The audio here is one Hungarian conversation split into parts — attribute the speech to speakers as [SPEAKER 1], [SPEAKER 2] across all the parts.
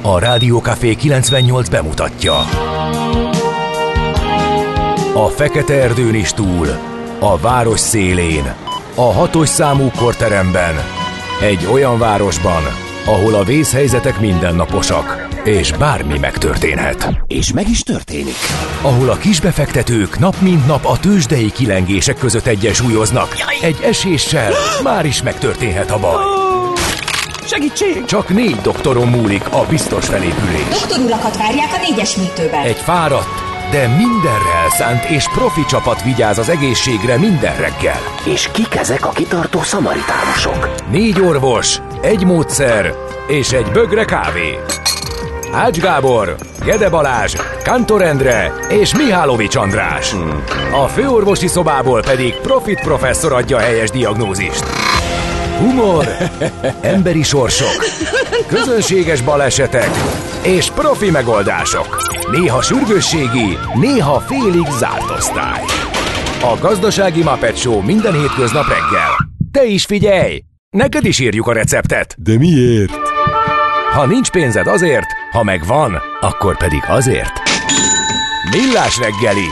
[SPEAKER 1] A Rádió Café 98 bemutatja. A fekete erdőn is túl, a város szélén, a 6-os számú korteremben, egy olyan városban, ahol a vészhelyzetek mindennaposak, és bármi megtörténhet.
[SPEAKER 2] És meg is történik.
[SPEAKER 1] Ahol a kisbefektetők nap mint nap a tőzsdei kilengések között egyensúlyoznak. Egy eséssel már is megtörténhet a baj.
[SPEAKER 2] Segítség!
[SPEAKER 1] Csak 4 doktoron múlik a biztos felépülés.
[SPEAKER 3] Doktorulakat várják a 4-es műtőben.
[SPEAKER 1] Egy fáradt, de mindenre elszánt és profi csapat vigyáz az egészségre minden reggel.
[SPEAKER 2] És kik ezek a kitartó szamaritánusok?
[SPEAKER 1] 4 orvos, egy módszer és egy bögre kávé. Ács Gábor, Gede Balázs, Kántor Endre és Mihálovics András. A főorvosi szobából pedig Profit professzor adja a helyes diagnózist. Humor, emberi sorsok, közönséges balesetek és profi megoldások. Néha sürgősségi, néha félig zárt osztály. A Gazdasági Muppet Show minden hétköznap reggel. Te is figyelj! Neked is írjuk a receptet.
[SPEAKER 4] De miért?
[SPEAKER 1] Ha nincs pénzed azért, ha megvan, akkor pedig azért. Millás reggeli.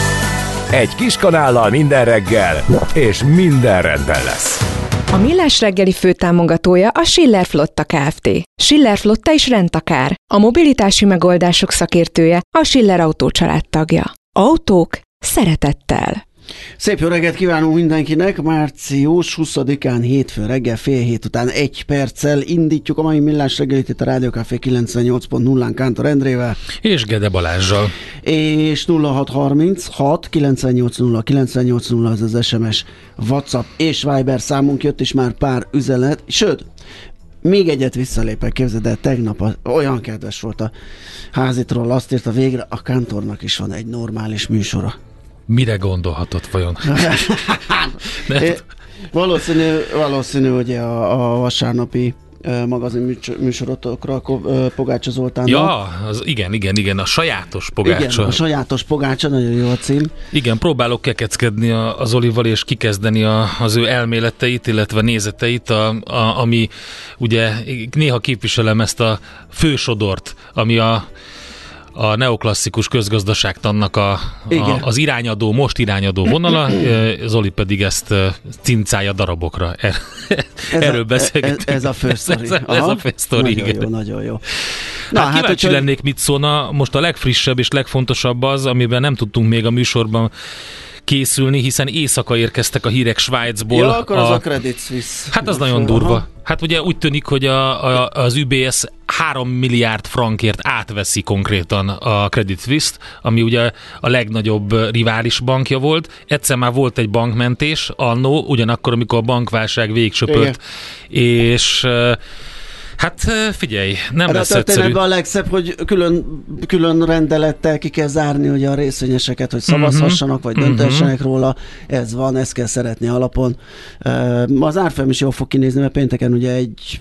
[SPEAKER 1] Egy kis kanállal minden reggel, és minden rendben lesz.
[SPEAKER 5] A Millás reggeli főtámogatója a Schiller Flotta Kft. Schiller Flotta is rendtakár. A mobilitási megoldások szakértője, a Schiller Autó család tagja. Autók szeretettel.
[SPEAKER 6] Szép jó reggelt kívánunk mindenkinek! Március 20-án hétfő reggel fél hét után 1 perccel indítjuk a mai Millás reggelit itt a Rádió Café 98.0-án Kántor Endrével.
[SPEAKER 7] És Gede Balázsral.
[SPEAKER 6] És 0636 980 980 az az SMS, WhatsApp és Viber számunk, jött is már pár üzenet, sőt, még egyet visszalépek, képzeld el, tegnap olyan kedves volt a házitról, azt írta, végre a Kántornak is van egy normális műsora.
[SPEAKER 7] Mire gondolhatott vajon?
[SPEAKER 6] Valószínű, hogy a vasárnapi magazin műsorotokra Pogácsa Zoltánnal.
[SPEAKER 7] Ja, igen, a sajátos Pogácsa.
[SPEAKER 6] Igen, a sajátos Pogácsa, nagyon jó a cím.
[SPEAKER 7] Igen, próbálok kekeckedni az Olival, és kikezdeni az ő elméleteit, illetve nézeteit, ami ugye néha képviselem ezt a fősodort, ami a neoklasszikus közgazdaságtannak az most irányadó vonala, Zoli pedig ezt cincálja darabokra. Erről beszélgetünk.
[SPEAKER 6] Ez a fősztori.
[SPEAKER 7] Ez a fősztori, igen.
[SPEAKER 6] Jó, nagyon jó.
[SPEAKER 7] Hát kíváncsi lennék, mit szólna. Most a legfrissebb és legfontosabb az, amiben nem tudtunk még a műsorban készülni, hiszen éjszaka érkeztek a hírek Svájcból.
[SPEAKER 6] Ja, akkor az a Credit Suisse. Hát
[SPEAKER 7] az nagyon durva. Hát ugye úgy tűnik, hogy az UBS 3 milliárd frankért átveszi konkrétan a Credit Suisse-t, ami ugye a legnagyobb rivális bankja volt. Egyszer már volt egy bankmentés annó, ugyanakkor, amikor a bankválság végigsöpört, és hát figyelj, nem lesz egyszerű.
[SPEAKER 6] A legszebb, hogy külön rendelettel ki kell zárni ugye a részvényeseket, hogy szavazhassanak, vagy döntessenek róla. Ez van, ezt kell szeretni alapon. Az árfolyam is jól fog kinézni, mert pénteken ugye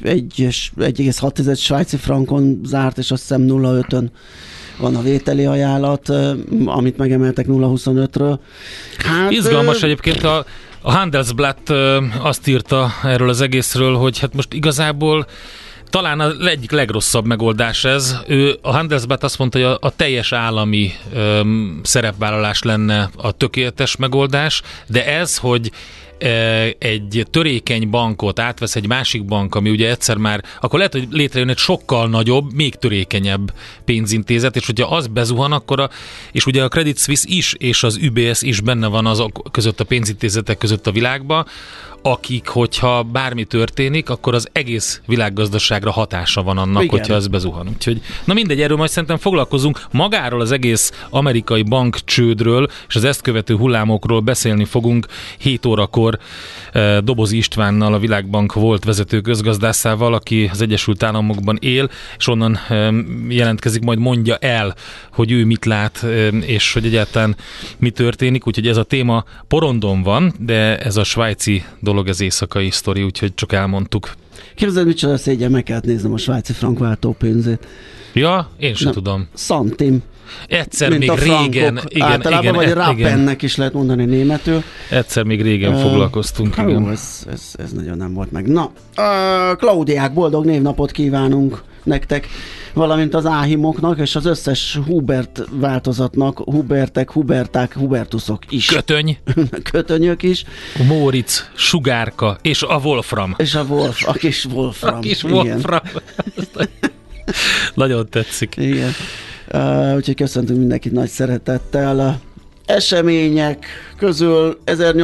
[SPEAKER 6] 1,6 svájci frankon zárt, és azt hiszem 0,5-ön van a vételi ajánlat, amit megemeltek 0,25-ről. Hát,
[SPEAKER 7] izgalmas egyébként a Handelsblatt azt írta erről az egészről, hogy hát most igazából talán az egyik legrosszabb megoldás ez. A Handelsblatt azt mondta, hogy a teljes állami szerepvállalás lenne a tökéletes megoldás, de ez, hogy egy törékeny bankot átvesz egy másik bank, ami ugye egyszer már, akkor lehet, hogy létrejön egy sokkal nagyobb, még törékenyebb pénzintézet, és hogyha az bezuhan, akkor és ugye a Credit Suisse is, és az UBS is benne van azok között, a pénzintézetek között a világban, akik, hogyha bármi történik, akkor az egész világgazdaságra hatása van annak, igen, hogyha ez bezuhan. Úgyhogy, na mindegy, erről majd szerintem foglalkozunk. Magáról az egész amerikai bankcsődről és az ezt követő hullámokról beszélni fogunk 7 órakor Dobozi Istvánnal, a Világbank volt vezető közgazdászával, aki az Egyesült Államokban él, és onnan jelentkezik, majd mondja el, hogy ő mit lát, és hogy egyáltalán mi történik. Úgyhogy ez a téma porondon van, de ez a svájci dolog, ez éjszakai sztori, úgyhogy csak elmondtuk.
[SPEAKER 6] Képzeld, micsoda szégyen, meg kellett néznem a svájci frank váltópénzét.
[SPEAKER 7] Ja, én sem tudom.
[SPEAKER 6] Szantim.
[SPEAKER 7] Egyszer
[SPEAKER 6] mint
[SPEAKER 7] még
[SPEAKER 6] a
[SPEAKER 7] régen.
[SPEAKER 6] Igen, általában, vagy rappennek is lehet mondani németül.
[SPEAKER 7] Egyszer még régen foglalkoztunk. Igen.
[SPEAKER 6] Ez nagyon nem volt meg. Na, Klaudiák, boldog névnapot kívánunk nektek. valamint az áhimoknak, és az összes Hubert változatnak, Hubertek, Huberták, Hubertusok is. Kötönyök is.
[SPEAKER 7] Móricz, Sugárka, és a Wolfram.
[SPEAKER 6] És a kis Wolfram.
[SPEAKER 7] A kis Wolfram. Nagyon tetszik.
[SPEAKER 6] Igen. Úgyhogy köszöntünk mindenkit nagy szeretettel. Események közül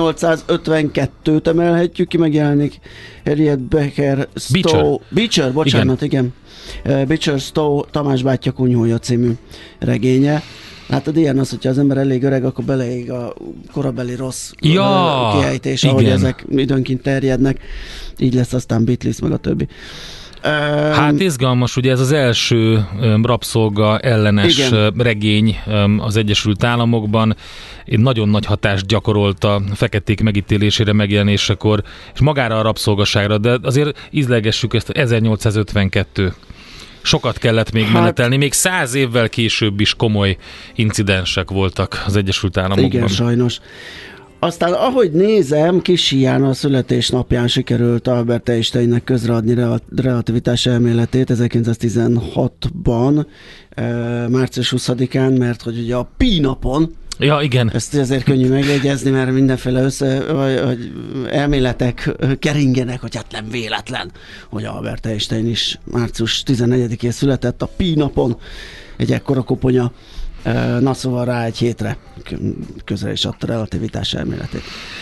[SPEAKER 6] 1852-t emelhetjük ki, megjelenik Harriet Beecher Stowe. Beecher, bocsánat, igen. Beecher Stowe Tamás bátyja kunyhója című regénye. Látod, ilyen az, hogyha az ember elég öreg, akkor beleég a korabeli rossz kiejtés, ahogy ezek időnként terjednek. Így lesz aztán Beatles, meg a többi.
[SPEAKER 7] Hát izgalmas, ugye ez az első rabszolga ellenes regény az Egyesült Államokban. Nagyon nagy hatást gyakorolt a feketék megítélésére, megjelenésekor, és magára a rabszolgaságra, de azért ízlegessük ezt 1852. Sokat kellett még menetelni, még 100 évvel később is komoly incidensek voltak az Egyesült Államokban.
[SPEAKER 6] Igen, sajnos. Aztán, ahogy nézem, kis hián a születésnapján sikerült Albert Einsteinnek közreadni relativitás elméletét 1916-ban, március 20-án, mert hogy ugye a Pi napon,
[SPEAKER 7] ja, igen.
[SPEAKER 6] Ezt azért könnyű megjegyezni, mert mindenféle vagy elméletek keringenek, hogy hát nem véletlen, hogy Albert Einstein is március 14-én született a Pi napon, egy ekkora koponya. Na szóval rá egy hétre közre is adta relativitás elméletét.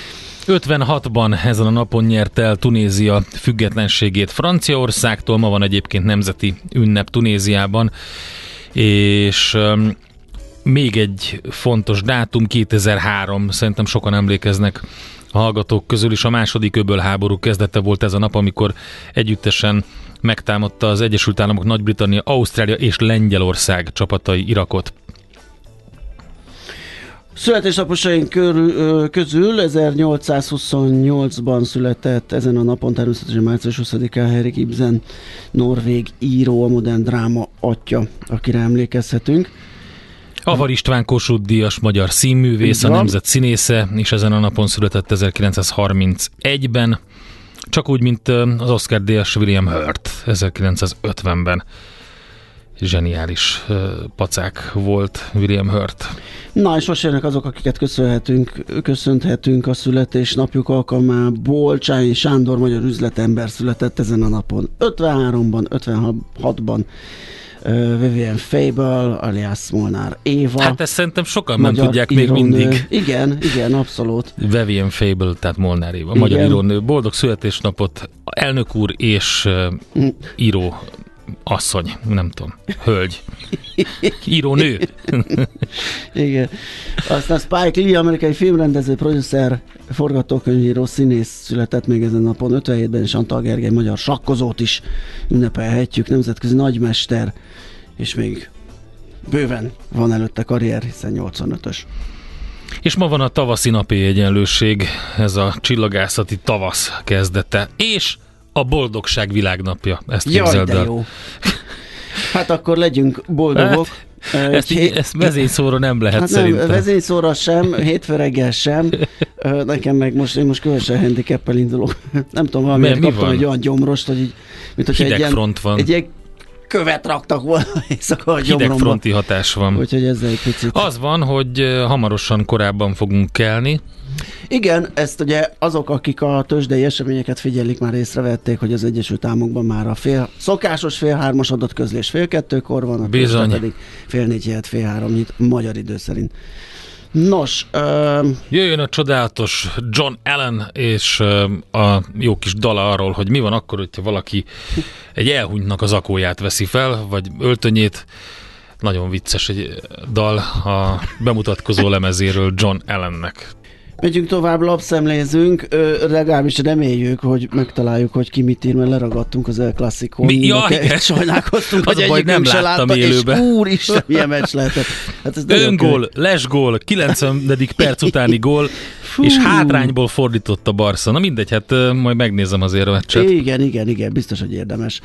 [SPEAKER 7] 56-ban ezen a napon nyert el Tunézia függetlenségét Franciaországtól, ma van egyébként nemzeti ünnep Tunéziában, és még egy fontos dátum, 2003, szerintem sokan emlékeznek a hallgatók közül is, a második öbölháború kezdete volt ez a nap, amikor együttesen megtámadta az Egyesült Államok, Nagy-Britannia, Ausztrália és Lengyelország csapatai Irakot.
[SPEAKER 6] Születésnaposaink közül 1828-ban született ezen a napon, természetesen március 20-án Henrik Ibsen, norvég író, a modern dráma atya, akire emlékezhetünk.
[SPEAKER 7] Avar István Kossuth-díjas magyar színművész, a nemzet színésze, és ezen a napon született 1931-ben, csak úgy, mint az Oscar-díjas William Hurt 1950-ben. Zseniális pacák volt William Hurt.
[SPEAKER 6] Na, és most jönnek azok, akiket köszönhetünk a születésnapjuk alkalmából. Csányi Sándor, magyar üzletember született ezen a napon 53-ban, 56-ban. Vivian Fable, alias Molnár Éva.
[SPEAKER 7] Hát ezt szerintem sokan nem tudják még mindig.
[SPEAKER 6] Igen, abszolút.
[SPEAKER 7] Vivian Fable, tehát Molnár Éva, magyar írónő. Boldog születésnapot, elnök úr és író asszony, nem tudom, hölgy. Írónő.
[SPEAKER 6] Igen. Aztán Spike Lee, amerikai filmrendező, producer, forgatókönyvíró, színész született még ezen napon 57-ben, és Antal Gergely, magyar sakkozót is ünnepelhetjük, nemzetközi nagymester, és még bőven van előtte karrier, hiszen 85-ös.
[SPEAKER 7] És ma van a tavaszi napi egyenlőség, ez a csillagászati tavasz kezdete, és a boldogság világnapja, ezt képzeld el.
[SPEAKER 6] Jó. Hát akkor legyünk boldogok.
[SPEAKER 7] Ezt vezényszóra nem lehet, hát szerintem.
[SPEAKER 6] Vezényszóra sem, hétfő reggel sem. Nekem meg én most különösen handicappel indulok. Nem tudom, valamiért kaptam egy olyan gyomrost, hogy így, mint hogy egy ilyen követ raktak volna éjszaka a gyomromba.
[SPEAKER 7] Hidegfronti hatás van.
[SPEAKER 6] Úgyhogy ezzel egy picit.
[SPEAKER 7] Az van, hogy hamarosan korábban fogunk kelni.
[SPEAKER 6] Igen, ezt ugye azok, akik a tőzsdei eseményeket figyelik, már észrevették, hogy az Egyesült Államokban már a szokásos 13-as adott közlés 1:30-kor van, a tőzsde pedig 3:30 nyit magyar idő szerint. Nos,
[SPEAKER 7] jöjjön a csodálatos John Allen és a jó kis dala arról, hogy mi van akkor, hogyha valaki egy elhunytnak az akóját veszi fel, vagy öltönyét. Nagyon vicces egy dal a bemutatkozó lemezéről John Allennek.
[SPEAKER 6] Megyünk tovább, lapszemlézünk, legalábbis reméljük, hogy megtaláljuk, hogy ki mit ír, mert leragadtunk az El Clasico-n. Sajnálkoztunk, hogy egyikünk se látta, élőben. És úristen, milyen meccs lehetett. Hát
[SPEAKER 7] öngól, lesgól, 90. perc utáni gól, és hátrányból fordított a Barca. Na mindegy, hát majd megnézem azért a meccset.
[SPEAKER 6] Igen, biztos, hogy érdemes.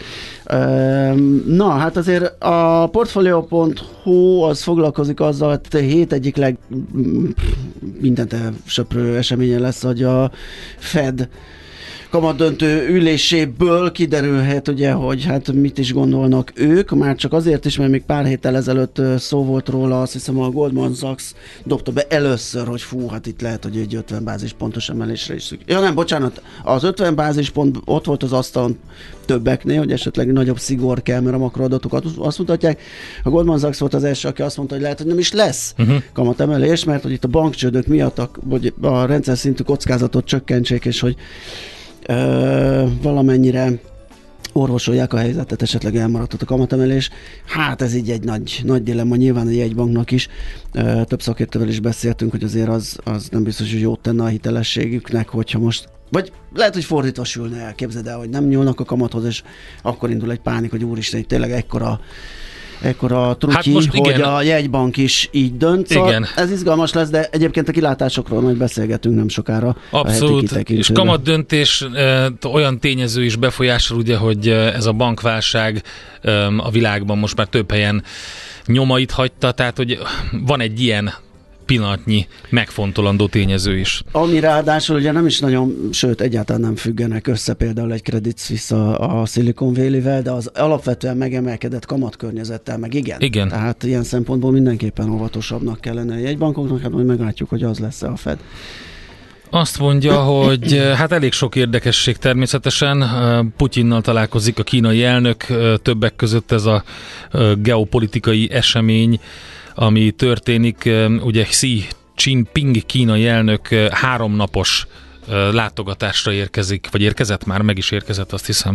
[SPEAKER 6] Na, hát azért a Portfolio.hu az foglalkozik azzal, hogy a hét egyik mindent söprő eseménye lesz, hogy a Fed kamatdöntő üléséből kiderülhet ugye, hogy hát mit is gondolnak ők, már csak azért is, mert még pár héttel ezelőtt szó volt róla, azt hiszem a Goldman Sachs dobta be először, hogy hát itt lehet, hogy egy 50 bázispontos emelésre is szükség. Ja nem, bocsánat, az 50 bázispont ott volt az asztalon többeknél, hogy esetleg nagyobb szigor kell, mert a makroadatokat azt mutatják. A Goldman Sachs volt az első, aki azt mondta, hogy lehet, hogy nem is lesz kamatemelés, mert hogy itt a bankcsődök miatt a rendszer szintű kockázatot csökkentsék, és hogy valamennyire orvosolják a helyzetet, esetleg elmaradhat a kamatemelés. Hát ez így egy nagy dilemma, nyilván a jegybanknak is. Több szakértővel is beszéltünk, hogy azért az nem biztos, hogy jót tenne a hitelességüknek, hogyha most, vagy lehet, hogy fordítva sülne el, képzeld el, hogy nem nyúlnak a kamathoz, és akkor indul egy pánik, hogy úristen, tényleg ekkora trutyi, hát hogy igen, a jegybank is így dönt. Szóval ez izgalmas lesz, de egyébként a kilátásokról majd beszélgetünk nem sokára.
[SPEAKER 7] Abszolút, és kamatdöntés olyan tényező is befolyásol, ugye, hogy ez a bankválság a világban most már több helyen nyomait hagyta, tehát hogy van egy ilyen pillanatnyi megfontolandó tényező is.
[SPEAKER 6] Ami ráadásul ugye nem is nagyon, sőt egyáltalán nem függenek össze például egy Credit Suisse a Silicon Valley-vel, de az alapvetően megemelkedett kamatkörnyezettel meg igen. Tehát ilyen szempontból mindenképpen óvatosabbnak kellene a jegybankoknak, hát majd meglátjuk, hogy az lesz a Fed.
[SPEAKER 7] Azt mondja, hogy hát elég sok érdekesség természetesen. Putyinnal találkozik a kínai elnök, többek között ez a geopolitikai esemény, ami történik, ugye Xi Jinping kínai elnök 3 napos látogatásra érkezik, vagy érkezett már, meg is érkezett, azt hiszem,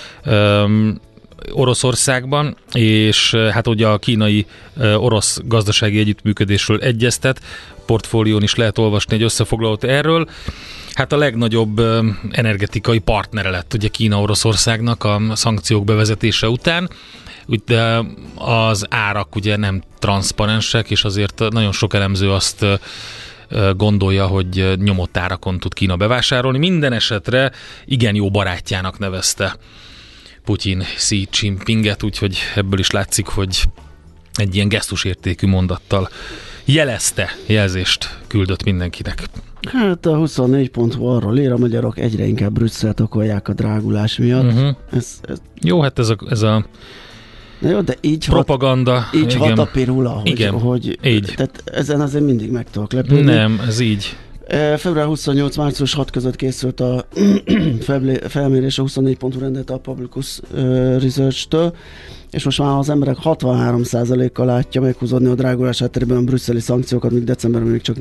[SPEAKER 7] Oroszországban, és hát ugye a kínai-orosz gazdasági együttműködésről egyeztet, portfólión is lehet olvasni egy összefoglalót erről. Hát a legnagyobb energetikai partnere lett ugye Kína Oroszországnak a szankciók bevezetése után, de az árak ugye nem transzparensek, és azért nagyon sok elemző azt gondolja, hogy nyomott árakon tud Kína bevásárolni. Minden esetre igen jó barátjának nevezte Putyin Xi Jinpinget, úgyhogy ebből is látszik, hogy egy ilyen gesztusértékű mondattal jelzést küldött mindenkinek.
[SPEAKER 6] Hát a 24.hu arról ír, a magyarok egyre inkább Brüsszelt okolják a drágulás miatt. Ez...
[SPEAKER 7] Jó, hát ez a
[SPEAKER 6] na jó, de így
[SPEAKER 7] propaganda.
[SPEAKER 6] Így hat a pirula, hogy
[SPEAKER 7] így.
[SPEAKER 6] Tehát ezen azért mindig meg tudok lepődni.
[SPEAKER 7] Nem, ez így.
[SPEAKER 6] Február 28. március 6 között készült a felmérés, a 24.hu rendelte a Publicus Research-től, és most már az emberek 63%-kal látja meghúzódni a drágulás hátterében a brüsszeli szankciókat, míg decemberben még csak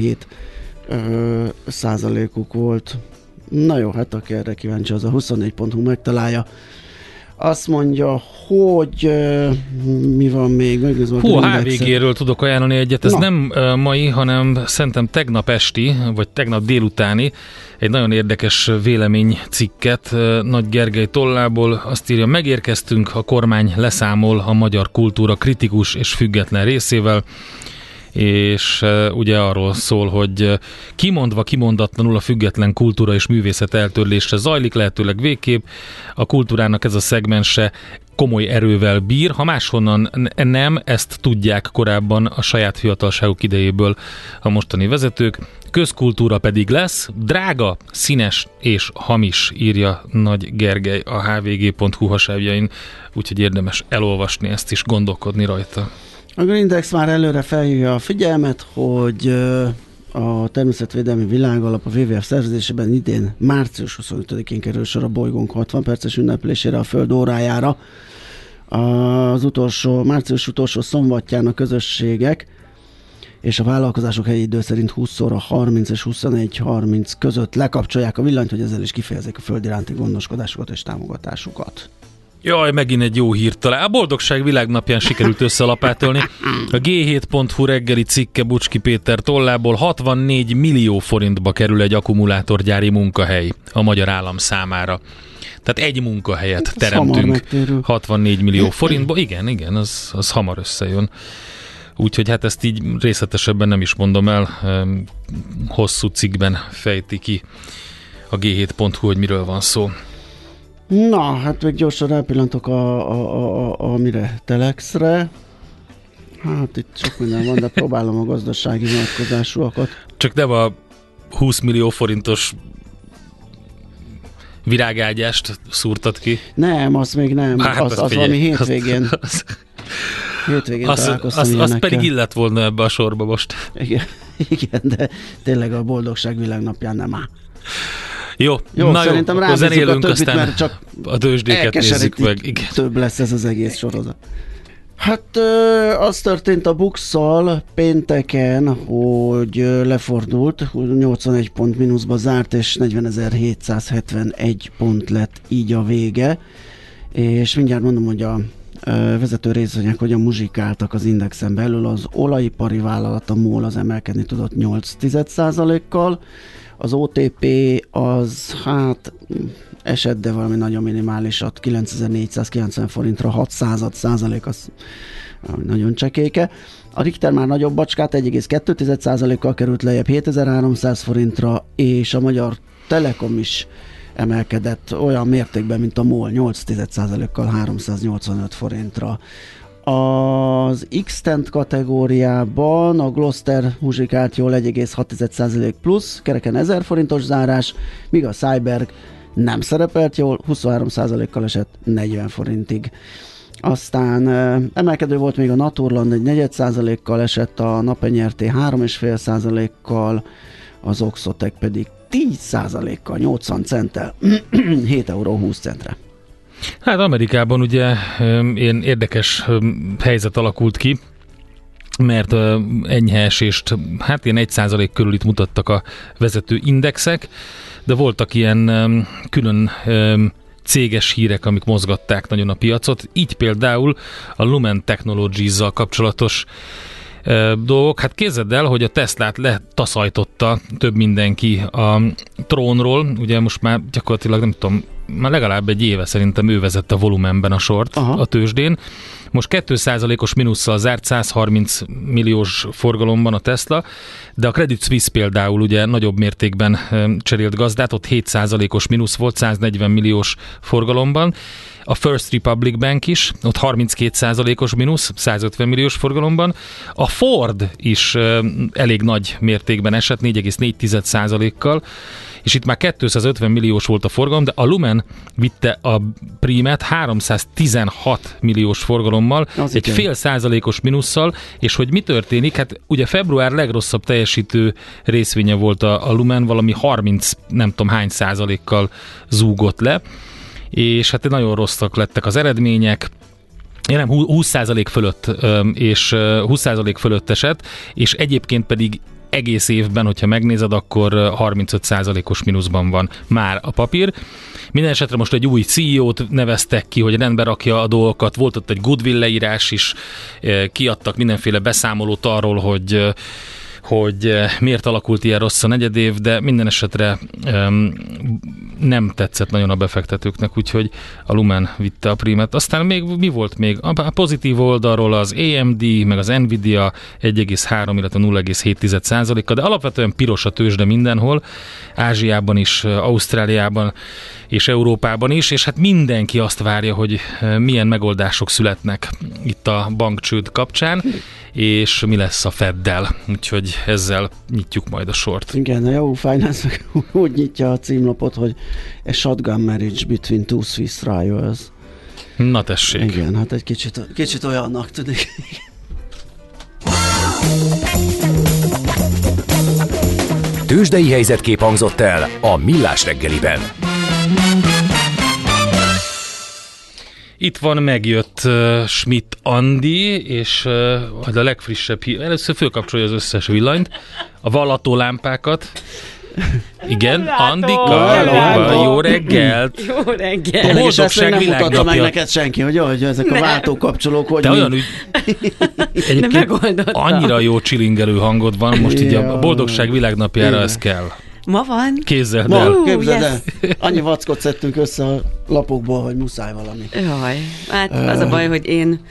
[SPEAKER 6] 47%-uk volt. Na jó, hát aki erre kíváncsi, az a 24.hu megtalálja. Azt mondja, hogy mi van még?
[SPEAKER 7] A HVG-ről tudok ajánlani egyet. Ez nem mai, hanem szerintem tegnap esti, vagy tegnap délutáni egy nagyon érdekes véleménycikket Nagy Gergely tollából. Azt írja, megérkeztünk, a kormány leszámol a magyar kultúra kritikus és független részével, és ugye arról szól, hogy kimondatlanul a független kultúra és művészet eltörlése zajlik, lehetőleg végképp. A kultúrának ez a szegmense komoly erővel bír, ha máshonnan nem, ezt tudják korábban a saját fiatalságuk idejéből a mostani vezetők. Közkultúra pedig lesz, drága, színes és hamis, írja Nagy Gergely a hvg.hu hasábjain, úgyhogy érdemes elolvasni ezt is, gondolkodni rajta.
[SPEAKER 6] A Grindex már előre felhívja a figyelmet, hogy a Természetvédelmi Világalap a WWF szervezésében idén március 25-én kerül sor a bolygónk 60 perces ünneplésére, a Föld órájára. Az március utolsó szombatján a közösségek és a vállalkozások helyi idő szerint 20-ra 30 és 21:30 között lekapcsolják a villanyt, hogy ezzel is kifejezik a Föld iránti gondoskodásukat és támogatásukat.
[SPEAKER 7] Jaj, megint egy jó hírt talán. A Boldogság Világnapján sikerült összelapátolni. A G7.hu reggeli cikke Bucski Péter tollából 64 millió forintba kerül egy akkumulátorgyári munkahely a magyar állam számára. Tehát egy munkahelyet teremtünk 64 millió forintba. Igen, az hamar összejön. Úgyhogy hát ezt így részletesebben nem is mondom el. Hosszú cikkben fejti ki a G7.hu, hogy miről van szó.
[SPEAKER 6] Na, hát még gyorsan rápillantok a mire? Telexre. Hát itt sok minden van, de próbálom a gazdasági vonatkozásúakat.
[SPEAKER 7] Csak nem a 20 millió forintos virágágyást szúrtad ki?
[SPEAKER 6] Nem, az még nem.
[SPEAKER 7] Hát,
[SPEAKER 6] az valami hétvégén. Hétvégén találkoztam ilyenekkel.
[SPEAKER 7] Az pedig illett volna ebbe a sorba most.
[SPEAKER 6] Igen, de tényleg a Boldogság Világnapján nem áll.
[SPEAKER 7] Jó,
[SPEAKER 6] szerintem rábízzuk a többit, mert csak
[SPEAKER 7] a tőzsdéket nézzük meg. Igen.
[SPEAKER 6] Több lesz ez az egész sorozat. Hát az történt a BUX-szal pénteken, hogy lefordult, 81 pont mínuszba zárt, és 40.771 pont lett így a vége. És mindjárt mondom, hogy a vezető részvények hogyan muzsikáltak az indexen belül. Az olajipari vállalat, a MOL az emelkedni tudott 8%-kal, az OTP az hát esett, de valami nagyon minimálisat, 9490 forintra, 6%, az nagyon csekéke. A Richter már nagyobb bacskát, 1,2%-kal került lejjebb 7300 forintra, és a Magyar Telekom is emelkedett olyan mértékben, mint a MOL, 8%-kal 385 forintra. Az X-Tent kategóriában a Gloster muzsikált jól 1,6% plusz, kereken 1000 forintos zárás, míg a Cyberg nem szerepelt jól, 23%-kal esett 40 forintig. Aztán emelkedő volt még a Naturland, egy 4%-kal esett, a Napenyerté 3,5%-kal, az Oxotec pedig 10%-kal, 80 centtel, 7,20 euró.
[SPEAKER 7] Hát Amerikában ugye ilyen érdekes helyzet alakult ki, mert enyhe esést, hát ilyen 1% körül itt mutattak a vezető indexek, de voltak ilyen külön céges hírek, amik mozgatták nagyon a piacot, így például a Lumen Technologies-zal kapcsolatos dolgok. Hát képzeld el, hogy a Teslát letaszajtotta több mindenki a trónról, ugye most már gyakorlatilag nem tudom, már legalább egy éve szerintem ő vezette a volumenben a sort. Aha. A tőzsdén. Most 2%-os mínusszal zárt, 130 milliós forgalomban a Tesla, de a Credit Suisse például ugye nagyobb mértékben cserélt gazdát, ott 7%-os mínusz volt, 140 milliós forgalomban. A First Republic Bank is, ott 32%-os mínusz, 150 milliós forgalomban. A Ford is elég nagy mértékben esett, 4,4%-kal, és itt már 250 milliós volt a forgalom, de a Lumen vitte a prímet 316 milliós forgalommal, az egy fél százalékos mínusszal, és hogy mi történik, hát ugye február legrosszabb teljesítő részvénye volt a Lumen, valami 30 nem tudom hány százalékkal zúgott le, és hát nagyon rosszak lettek az eredmények, nem 20% fölött, és 20% fölött esett, és egyébként pedig egész évben, hogyha megnézed, akkor 35%-os mínuszban van már a papír. Minden esetre most egy új CEO-t neveztek ki, hogy rendbe rakja a dolgokat, volt ott egy goodwill leírás is, kiadtak mindenféle beszámolót arról, hogy miért alakult ilyen rossz a negyedév, de minden esetre nem tetszett nagyon a befektetőknek, úgyhogy a Lumen vitte a prímet. Aztán még mi volt még? A pozitív oldalról az AMD, meg az Nvidia 1,3, illetve 0,7%-a, de alapvetően piros a tőzsde mindenhol, Ázsiában is, Ausztráliában és Európában is, és hát mindenki azt várja, hogy milyen megoldások születnek itt a bankcsőd kapcsán, és mi lesz a Feddel. Úgyhogy ezzel nyitjuk majd a sort.
[SPEAKER 6] Igen, a Yahoo Finance úgy nyitja a címlapot, hogy a shotgun marriage between two Swiss rivals.
[SPEAKER 7] Na tessék.
[SPEAKER 6] Igen, hát egy kicsit olyannak tűnik.
[SPEAKER 1] Tőzsdei helyzetkép hangzott el a Millás reggeliben.
[SPEAKER 7] Itt van, megjött Schmidt Andi, és a legfrissebb hír. Először fölkapcsolja az összes villanyt, a vallató lámpákat. Igen, Andika, jó reggelt!
[SPEAKER 4] Jó reggelt!
[SPEAKER 6] A boldogság világnapja. Nem mutatta meg neked senki, hogy ezek a váltókapcsolók, hogy
[SPEAKER 7] te olyan úgy... Egyébként annyira jó csilingelő hangod van, most így a boldogság világnapjára ez kell.
[SPEAKER 4] Ma van?
[SPEAKER 7] Kézzeld el.
[SPEAKER 6] Képzeld el. Annyi vackot szedtünk össze a lapokból, hogy muszáj valami.
[SPEAKER 4] Jaj, hát az a baj, hogy én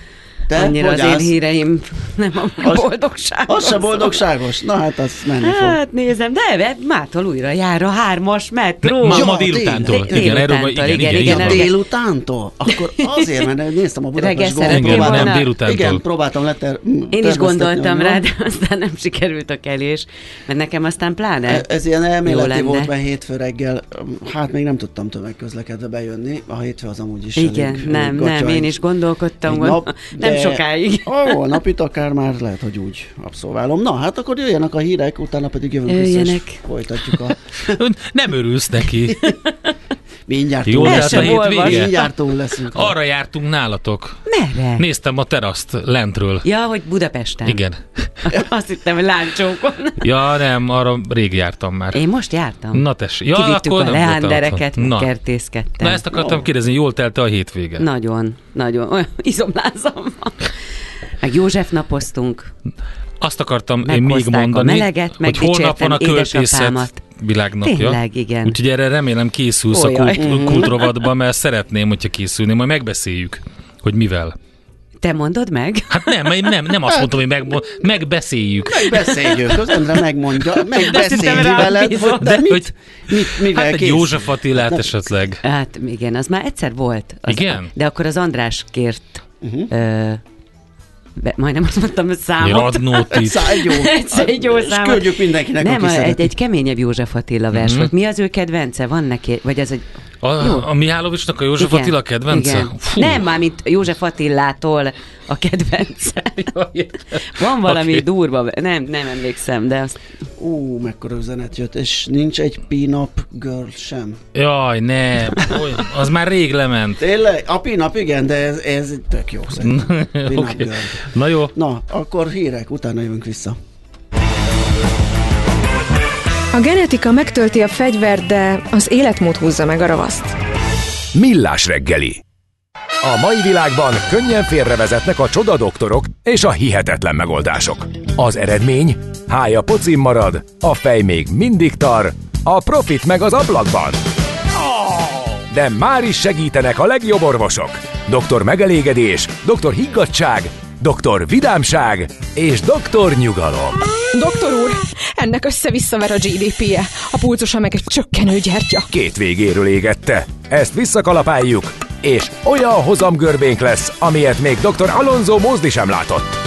[SPEAKER 4] Annyira az én híreim nem a boldogságos.
[SPEAKER 6] Az se boldogságos? Na hát az menni fog.
[SPEAKER 4] Hát nézem, de mától újra jár a 3-as metró.
[SPEAKER 7] Ma délutántól.
[SPEAKER 4] Igen.
[SPEAKER 6] Délutántól? Akkor azért, mert néztem a Budapest
[SPEAKER 7] Nem, délutántól.
[SPEAKER 6] Igen, próbáltam
[SPEAKER 4] Én is gondoltam rá, de aztán nem sikerült a kelés, mert nekem aztán pláne
[SPEAKER 6] ez ilyen elméleti volt, mert hétfő reggel, hát még nem tudtam tömegközlekedve bejönni, a hétfő az amúgy is
[SPEAKER 4] igen, nem, én is gondolkodtam, nem sokáig.
[SPEAKER 6] Holnap itt akár már lehet, hogy úgy abszolválom. Na, hát akkor jöjjenek a hírek, utána pedig jövünk vissza, és folytatjuk a...
[SPEAKER 7] Nem örülsz neki.
[SPEAKER 6] Mindjárt túl leszünk.
[SPEAKER 7] Arra jártunk nálatok.
[SPEAKER 4] Merre?
[SPEAKER 7] Néztem a teraszt lentről.
[SPEAKER 4] Ja, hogy Budapesten.
[SPEAKER 7] Igen.
[SPEAKER 4] Azt hittem, hogy Láncsókon.
[SPEAKER 7] Ja, nem, arra rég jártam már.
[SPEAKER 4] Én most jártam.
[SPEAKER 7] Na tessék. Ja,
[SPEAKER 4] kivittük a leándereket, kertészkedtem.
[SPEAKER 7] Na ezt akartam kérdezni, jól telt a hétvége?
[SPEAKER 4] Nagyon. Olyan izomlázam van. Meg József napoztunk.
[SPEAKER 7] Azt akartam én még mondani,
[SPEAKER 4] meleget,
[SPEAKER 7] hogy holnap van a költészet világnapja.
[SPEAKER 4] Tényleg, igen.
[SPEAKER 7] Úgyhogy erre remélem készülsz a kultrovatba, mert szeretném, hogyha készülni, majd megbeszéljük, hogy mivel.
[SPEAKER 4] Te mondod meg?
[SPEAKER 7] Hát nem azt mondtam, hogy megbeszéljük.
[SPEAKER 6] Megbeszéljük, az Endre megmondja, megbeszélni veled, de mivel
[SPEAKER 7] hát egy József Attilát esetleg.
[SPEAKER 4] Hát igen, az már egyszer volt.
[SPEAKER 7] Igen?
[SPEAKER 4] De akkor az András kért... majdnem azt mondtam, hogy számot.
[SPEAKER 7] Radnótit.
[SPEAKER 4] Egy jó számot. És
[SPEAKER 6] küldjük mindenkinek,
[SPEAKER 4] nem,
[SPEAKER 6] aki szereti.
[SPEAKER 4] egy keményebb József Attila vers volt. Mi az ő kedvence? Van neki? Vagy ez egy...
[SPEAKER 7] A Mihálovicsnak a József Attila kedvence?
[SPEAKER 4] Nem, már mint József Attilától a kedvence. Van valami durva, nem emlékszem, de azt...
[SPEAKER 6] mekkora üzenet jött, és nincs egy Pin-up Girl sem.
[SPEAKER 7] Jaj, nem, az már rég lement.
[SPEAKER 6] Tényleg? A Pin-up, igen, de ez tök jó szerintem. Pin-up Girl.
[SPEAKER 7] Na jó.
[SPEAKER 6] Na, akkor hírek, utána jövünk vissza.
[SPEAKER 5] A genetika megtölti a fegyvert, de az életmód húzza meg a ravaszt.
[SPEAKER 1] Millás reggeli. A mai világban könnyen félrevezetnek a csodadoktorok és a hihetetlen megoldások. Az eredmény? Hája pocim marad, a fej még mindig tar, a profit meg az ablakban. De már is segítenek a legjobb orvosok. Doktor Megelégedés, Doktor Higgadtság, Doktor Vidámság és Doktor Nyugalom.
[SPEAKER 5] Doktor úr, ennek össze-visszaver a GDP-je, a pulzusa meg egy csökkenő gyertya.
[SPEAKER 1] Két végéről égette. Ezt visszakalapáljuk, és olyan hozamgörbénk lesz, amilyet még Dr. Alonso Mózdi sem látott.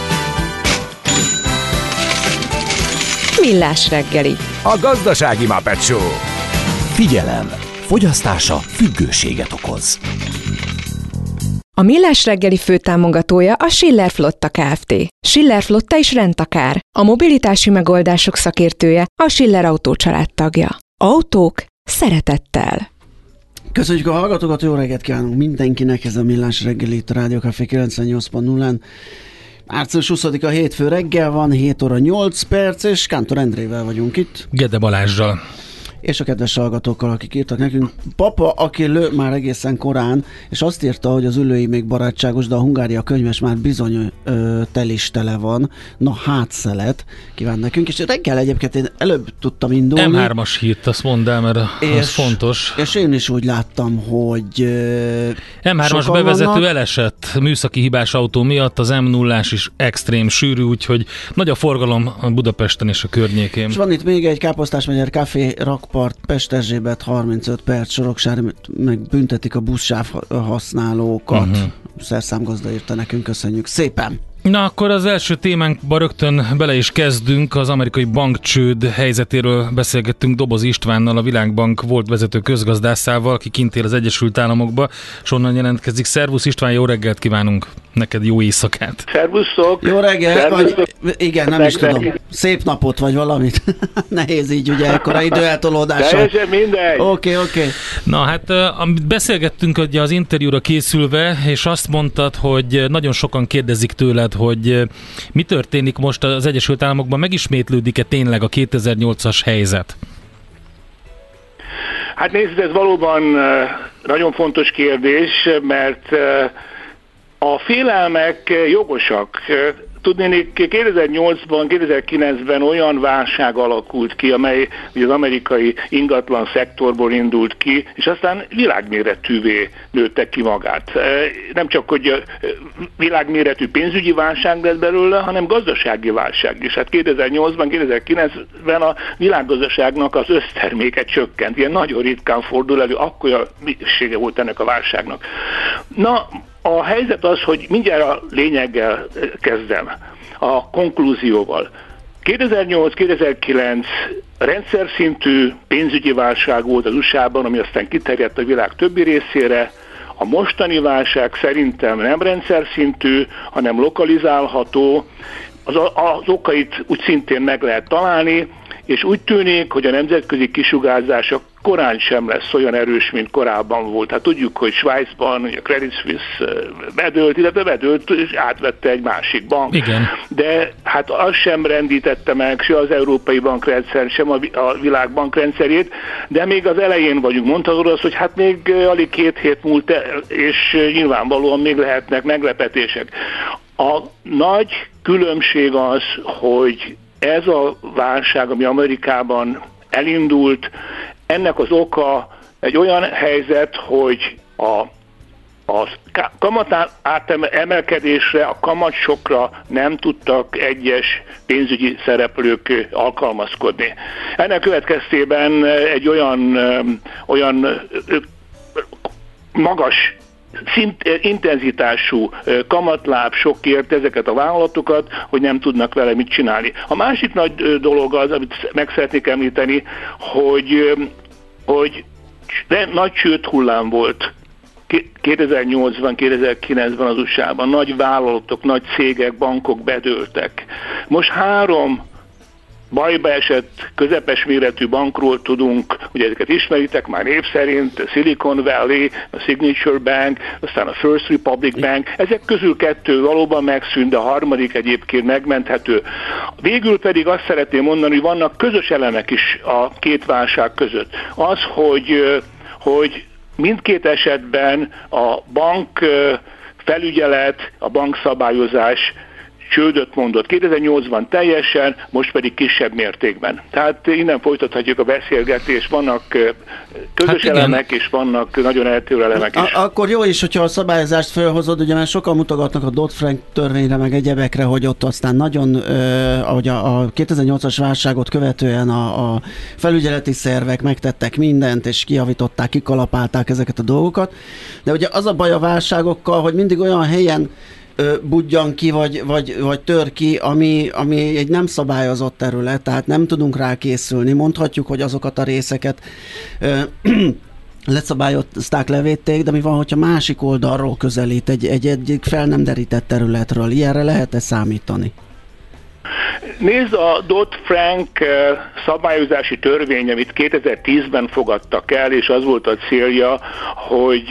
[SPEAKER 5] Millás reggeli.
[SPEAKER 1] A gazdasági Muppet Show.
[SPEAKER 2] Figyelem! Fogyasztása függőséget okoz.
[SPEAKER 5] A Millás reggeli főtámogatója a Schiller Flotta Kft. Schiller Flotta és rendtakár. A mobilitási megoldások szakértője, a Schiller Autó családtagja. Autók szeretettel.
[SPEAKER 6] Köszönjük a hallgatókat, jó reggelt kívánunk mindenkinek, ez a Millás reggeli itt a Rádió Café 98.0-án. Március 20-a hétfő reggel van, 7 óra 8 perc, és Kántor Endrével vagyunk itt.
[SPEAKER 7] Gede Balázsral.
[SPEAKER 6] És a kedves hallgatókkal, akik írtak nekünk. Papa, aki lő már egészen korán, és azt írta, hogy az ülői még barátságos, de a Hungária könyves már bizony tel is tele van. Na hát szelet kíván nekünk, és reggel egyébként én előbb tudtam indulni.
[SPEAKER 7] M3-as hírt, azt mondd el, mert az fontos.
[SPEAKER 6] És én is úgy láttam, hogy
[SPEAKER 7] M3-as bevezető vannak. Elesett műszaki hibás autó miatt, az M0-ás is extrém sűrű, úgyhogy nagy a forgalom Budapesten és a környékén.
[SPEAKER 6] És van itt még egy Káposztásmegyer Café Rakpart, Pesterzsébet 35 perc, Soroksári meg büntetik a buszsáv használókat. Szerszámgazda írta nekünk, köszönjük szépen!
[SPEAKER 7] Na akkor az első témánkba rögtön bele is kezdünk. Az amerikai bankcsőd helyzetéről beszélgettünk Doboz Istvánnal, a Világbank volt vezető közgazdászával, aki kint él az Egyesült Államokba, és onnan jelentkezik. Szervusz István, jó reggelt kívánunk! Neked jó éjszakát!
[SPEAKER 8] Szervusztok!
[SPEAKER 6] Jó reggelt! Vagy, igen, nem is tudom. Szép napot, vagy valamit. Nehéz így, ugye, ekkora időeltolódással.
[SPEAKER 8] Teljesen mindegy.
[SPEAKER 6] Oké.
[SPEAKER 7] Na hát, beszélgettünk ugye az interjúra készülve, és azt mondtad, hogy nagyon sokan kérdezik tőled, hogy mi történik most az Egyesült Államokban, megismétlődik-e tényleg a 2008-as helyzet?
[SPEAKER 8] Hát nézd, ez valóban nagyon fontos kérdés, mert A félelmek jogosak. Tudnék, 2008-ban, 2009-ben olyan válság alakult ki, amely ugye az amerikai ingatlan szektorból indult ki, és aztán világméretűvé nőtte ki magát. Nem csak, hogy világméretű pénzügyi válság lett belőle, hanem gazdasági válság is. Hát 2008-ban, 2009-ben a világgazdaságnak az összterméke csökkent. Ilyen nagyon ritkán fordul elő, akkora mélysége volt ennek a válságnak. Na, a helyzet az, hogy mindjárt a lényeggel kezdem, a konklúzióval. 2008-2009 rendszer szintű pénzügyi válság volt az USA-ban, ami aztán kiterjedt a világ többi részére. A mostani válság szerintem nem rendszer szintű, hanem lokalizálható. Az okait úgy szintén meg lehet találni, és úgy tűnik, hogy a nemzetközi kisugárzása korán sem lesz olyan erős, mint korábban volt. Hát tudjuk, hogy Svájcban a Credit Suisse bedőlt, és átvette egy másik bank.
[SPEAKER 7] Igen.
[SPEAKER 8] De hát az sem rendítette meg se az európai bankrendszer, sem a világ bankrendszerét, de még az elején vagyunk. Mondhatod azt, hogy hát még alig 2 hét múlt el, és nyilvánvalóan még lehetnek meglepetések. A nagy különbség az, hogy ez a válság, ami Amerikában elindult, ennek az oka egy olyan helyzet, hogy a kamat emelkedésre, a kamatsokra nem tudtak egyes pénzügyi szereplők alkalmazkodni. Ennek következtében egy olyan magas intenzitású kamatláb sokért ezeket a vállalatokat, hogy nem tudnak vele mit csinálni. A másik nagy dolog az, amit meg szeretnék említeni, hogy nagy csődhullám volt 2008-ban, 2009-ben az USA-ban. Nagy vállalatok, nagy cégek, bankok bedőltek. Most 3 bajba esett, közepes méretű bankról tudunk, ugye ezeket ismeritek már név szerint, a Silicon Valley, a Signature Bank, aztán a First Republic Bank, ezek közül 2 valóban megszűnt, de a harmadik egyébként megmenthető. Végül pedig azt szeretném mondani, hogy vannak közös elemek is a 2 válság között. Az, hogy mindkét esetben a bank felügyelet, a bankszabályozás csődöt mondott 2008-ban teljesen, most pedig kisebb mértékben. Tehát innen folytathatjuk a beszélgetést, vannak közös elemek, és vannak nagyon eltérő elemek is.
[SPEAKER 6] Akkor jó is, hogyha a szabályozást felhozod, ugye mert sokan mutogatnak a Dodd-Frank törvényre, meg egyebekre, hogy ott aztán nagyon, ahogy a 2008-as válságot követően a felügyeleti szervek megtettek mindent, és kijavították, kikalapálták ezeket a dolgokat. De ugye az a baj a válságokkal, hogy mindig olyan helyen budjan ki, vagy tör ki, ami egy nem szabályozott terület, tehát nem tudunk rá készülni. Mondhatjuk, hogy azokat a részeket leszabályozták, levédték, de mi van, hogyha másik oldalról közelít, egy fel nem derített területről? Ilyenre lehet-e számítani?
[SPEAKER 8] Nézd, a Dodd-Frank szabályozási törvény, amit 2010-ben fogadtak el, és az volt a célja, hogy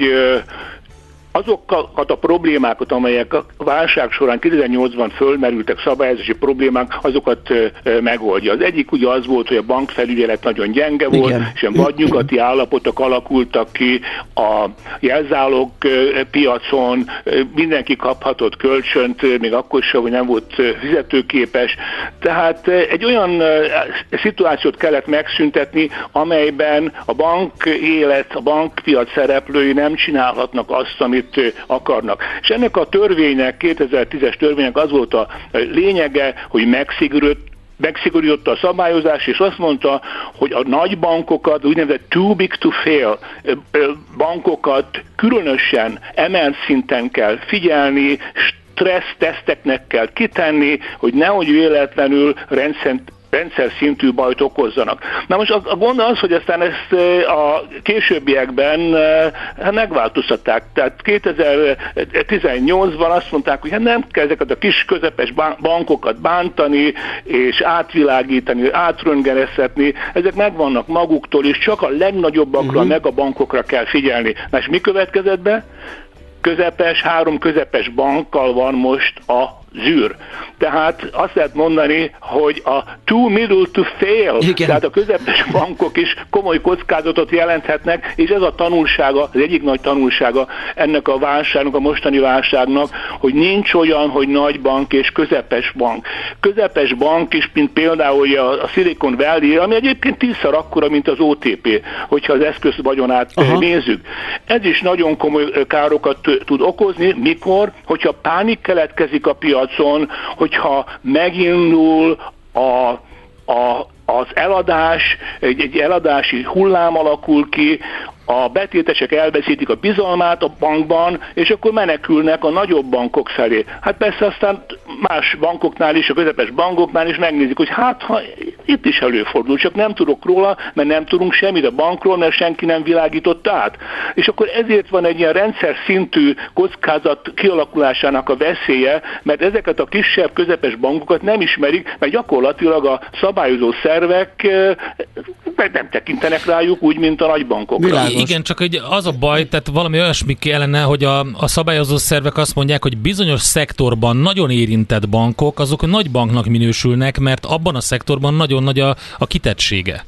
[SPEAKER 8] azokat a problémákat, amelyek a válság során 2008-ban fölmerültek, szabályozási problémák, azokat megoldja. Az egyik ugye az volt, hogy a bankfelügyelet nagyon gyenge volt, igen, és vadnyugati állapotok alakultak ki a jelzálog piacon, mindenki kaphatott kölcsönt, még akkor sem, hogy nem volt fizetőképes. Tehát egy olyan szituációt kellett megszüntetni, amelyben a bank élet, a bankpiac szereplői nem csinálhatnak azt, amit akarnak. És ennek a törvénynek, 2010-es törvénynek az volt a lényege, hogy megszigorította a szabályozás, és azt mondta, hogy a nagy bankokat, úgynevezett too big to fail bankokat különösen emelt szinten kell figyelni, stressz teszteknek kell kitenni, hogy nehogy véletlenül rendszer szintű bajt okozzanak. Na most a gond az, hogy aztán ezt a későbbiekben megváltoztatták. Tehát 2018-ban azt mondták, hogy nem kell ezeket a kis közepes bankokat bántani, és átvilágítani, átröntgeneztetni. Ezek megvannak maguktól, és csak a legnagyobbakra, meg a bankokra kell figyelni. És mi következett be? 3 közepes bankkal van most a zűr. Tehát azt lehet mondani, hogy a too middle to fail, igen. Tehát a közepes bankok is komoly kockázatot jelenthetnek, és ez a tanulsága, az egyik nagy tanulsága ennek a válságnak, a mostani válságnak, hogy nincs olyan, hogy nagy bank és közepes bank. Közepes bank is, mint például a Silicon Valley, ami egyébként 10-szer akkora, mint az OTP, hogyha az eszköz vagyonát nézzük. Ez is nagyon komoly károkat tud okozni, mikor, hogyha pánik keletkezik a piacon, hogyha megindul az eladás, egy eladási hullám alakul ki, a betétesek elveszítik a bizalmát a bankban, és akkor menekülnek a nagyobb bankok felé. Hát persze aztán más bankoknál is, a közepes bankoknál is megnézik, hogy hát ha itt is előfordul, csak nem tudok róla, mert nem tudunk semmit a bankról, mert senki nem világított át. És akkor ezért van egy ilyen rendszer szintű kockázat kialakulásának a veszélye, mert ezeket a kisebb, közepes bankokat nem ismerik, mert gyakorlatilag a szabályozó szervek nem tekintenek rájuk úgy, mint a nagybankokra.
[SPEAKER 7] Igen, csak az a baj, tehát valami olyasmi kellene, hogy a szabályozó szervek azt mondják, hogy bizonyos szektorban nagyon érintett bankok, azok nagy banknak minősülnek, mert abban a szektorban nagyon nagy a kitettsége.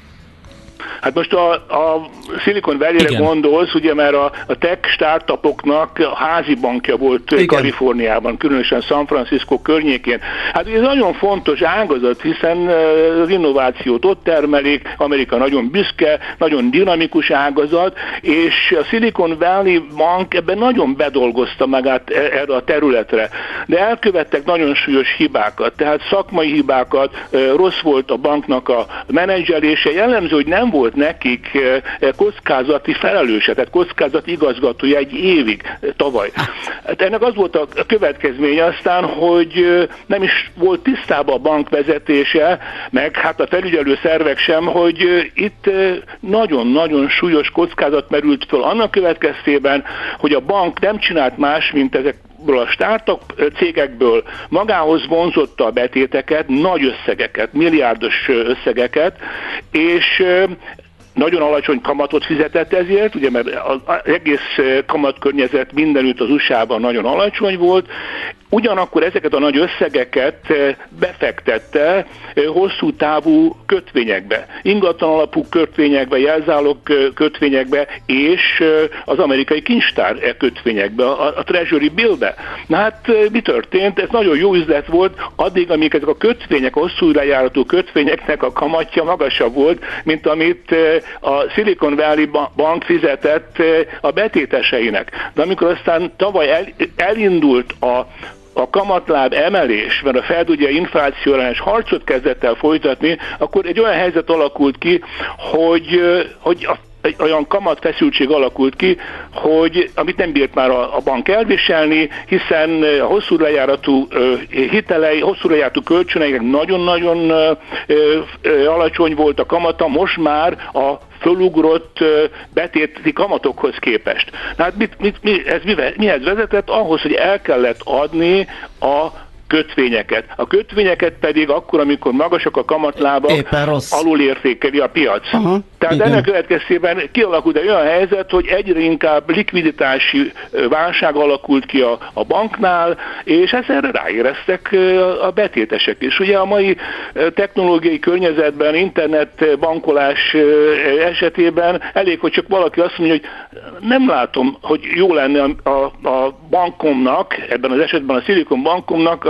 [SPEAKER 8] Hát most a Silicon Valley-re gondolsz, ugye, mert a tech startupoknak házi bankja volt Kaliforniában, különösen San Francisco környékén. Hát ez nagyon fontos ágazat, hiszen az innovációt ott termelik, Amerika nagyon büszke, nagyon dinamikus ágazat, és a Silicon Valley Bank ebben nagyon bedolgozta magát erre a területre. De elkövettek nagyon súlyos hibákat, tehát szakmai hibákat, rossz volt a banknak a menedzselése, jellemző, hogy nem volt nekik kockázati felelőse, tehát kockázati igazgatója egy évig tavaly. Hát ennek az volt a következménye aztán, hogy nem is volt tisztában a bank vezetése, meg hát a felügyelő szervek sem, hogy itt nagyon-nagyon súlyos kockázat merült föl annak következtében, hogy a bank nem csinált más, mint ezekből a startup cégekből magához vonzotta a betéteket, nagy összegeket, milliárdos összegeket, és nagyon alacsony kamatot fizetett ezért, ugye, mert az egész kamatkörnyezet mindenütt az USA-ban nagyon alacsony volt, ugyanakkor ezeket a nagy összegeket befektette hosszú távú kötvényekbe, ingatlan alapú kötvényekbe, jelzálog kötvényekbe és az amerikai kincstár kötvényekbe, a Treasury Bill-be. Na hát mi történt? Ez nagyon jó üzlet volt, addig, amíg ezek a kötvények, a hosszú lejáratú kötvényeknek a kamatja magasabb volt, mint amit a Silicon Valley Bank fizetett a betéteseinek. De amikor aztán tavaly elindult a kamatláb emelés, mert a Fed ugye infláció ellenes harcot kezdett el folytatni, akkor egy olyan helyzet alakult ki, hogy olyan kamatfeszültség alakult ki, hogy amit nem bírt már a bank elviselni, hiszen a hosszú lejáratú hitelei, hosszú lejáratú kölcsöneinek nagyon-nagyon alacsony volt a kamata, most már a fölugrott betéti kamatokhoz képest. Hát mihez vezetett? Ahhoz, hogy el kellett adni a kötvényeket. A kötvényeket pedig akkor, amikor magasak a kamatlábak, alulértékeli a piac. Aha, tehát ennek következtében kialakult egy olyan helyzet, hogy egyre inkább likviditási válság alakult ki a banknál, és erre ráéreztek a betétesek is. Ugye a mai technológiai környezetben, internet bankolás esetében elég, hogy csak valaki azt mondja, hogy nem látom, hogy jó lenne a bankomnak, ebben az esetben a Silicon bankomnak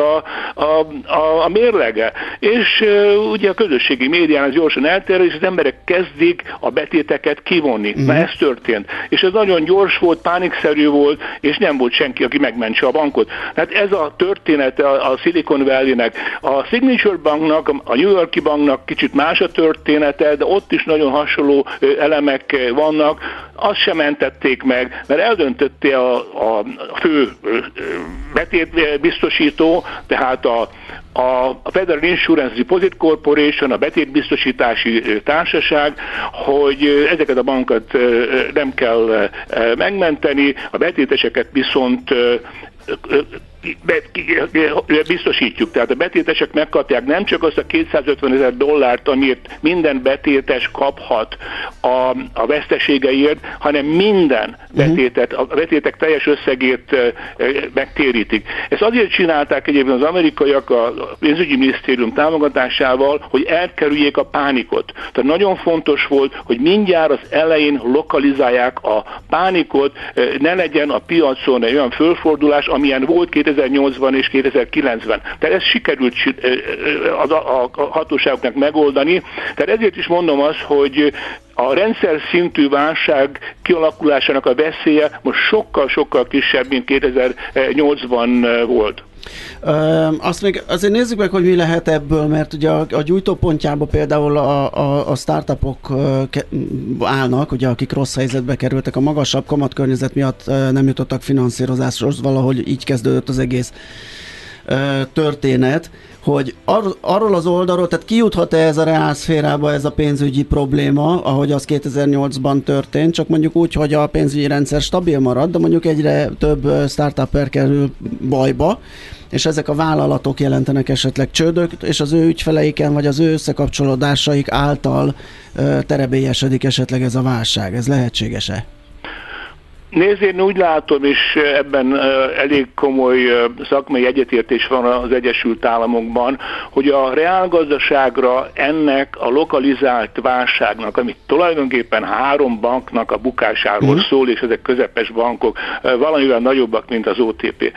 [SPEAKER 8] a mérlege. És ugye a közösségi médián ez gyorsan elterül, és az emberek kezdik a betéteket kivonni. Na ez történt. És ez nagyon gyors volt, pánikszerű volt, és nem volt senki, aki megmentse a bankot. Tehát ez a története a Silicon Valley-nek. A Signature Banknak, a New York-i banknak kicsit más a története, de ott is nagyon hasonló elemek vannak. Azt sem mentették meg, mert eldöntötte a fő betétbiztosító, tehát a Federal Insurance Deposit Corporation, a betétbiztosítási társaság, hogy ezeket a bankokat nem kell megmenteni, a betéteseket viszont biztosítjuk. Tehát a betétesek megkapják nem csak azt a $250,000, amiért minden betétes kaphat a veszteségeért, hanem minden betétet, a betétek teljes összegét megtérítik. Ezt azért csinálták egyébként az amerikaiak a pénzügyi minisztérium támogatásával, hogy elkerüljék a pánikot. Tehát nagyon fontos volt, hogy mindjárt az elején lokalizálják a pánikot, ne legyen a piacon egy olyan fölfordulás, amilyen volt 2008-ban és 2009-ben. Tehát ezt sikerült a hatóságoknak megoldani. Tehát ezért is mondom azt, hogy a rendszer szintű válság kialakulásának a veszélye most sokkal-sokkal kisebb, mint 2008-ban volt.
[SPEAKER 6] Azt még azért nézzük meg, hogy mi lehet ebből, mert ugye a gyújtópontjában például a startupok állnak, ugye, akik rossz helyzetbe kerültek, a magasabb kamatkörnyezet miatt nem jutottak finanszírozáshoz, valahogy így kezdődött az egész történet, hogy arról az oldalról, tehát kijuthat-e ez a reálszférába ez a pénzügyi probléma, ahogy az 2008-ban történt, csak mondjuk úgy, hogy a pénzügyi rendszer stabil marad, de mondjuk egyre több startupper kerül bajba, és ezek a vállalatok jelentenek esetleg csődök, és az ő ügyfeleiken, vagy az ő összekapcsolódásaik által terebélyesedik esetleg ez a válság. Ez lehetséges-e?
[SPEAKER 8] Nézd, én úgy látom, és ebben elég komoly szakmai egyetértés van az Egyesült Államokban, hogy a reálgazdaságra ennek a lokalizált válságnak, ami tulajdonképpen 3 banknak a bukásáról szól, és ezek közepes bankok, valamivel nagyobbak, mint az OTP.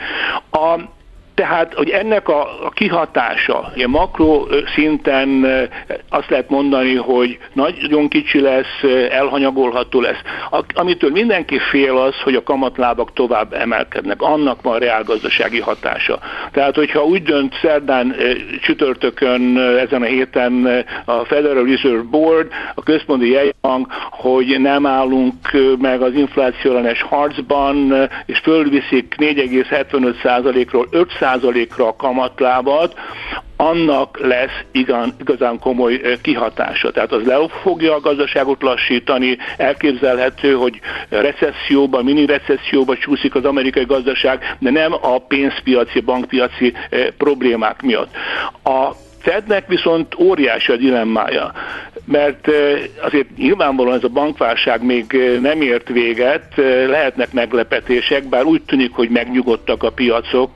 [SPEAKER 8] Tehát, hogy ennek a kihatása, ilyen makro szinten azt lehet mondani, hogy nagyon kicsi lesz, elhanyagolható lesz. Amitől mindenki fél az, hogy a kamatlábak tovább emelkednek. Annak van reálgazdasági hatása. Tehát, hogyha úgy dönt szerdán, csütörtökön, ezen a héten a Federal Reserve Board, a központi jegybank, hogy nem állunk meg az inflációellenes harcban, és fölviszik 4,75%-ról 5%-ra a kamatlábat, annak lesz igazán komoly kihatása. Tehát az le fogja a gazdaságot lassítani, elképzelhető, hogy recesszióba, mini recesszióba csúszik az amerikai gazdaság, de nem a pénzpiaci, bankpiaci problémák miatt. A Fednek viszont óriási a dilemmája, mert azért nyilvánvalóan ez a bankválság még nem ért véget, lehetnek meglepetések, bár úgy tűnik, hogy megnyugodtak a piacok,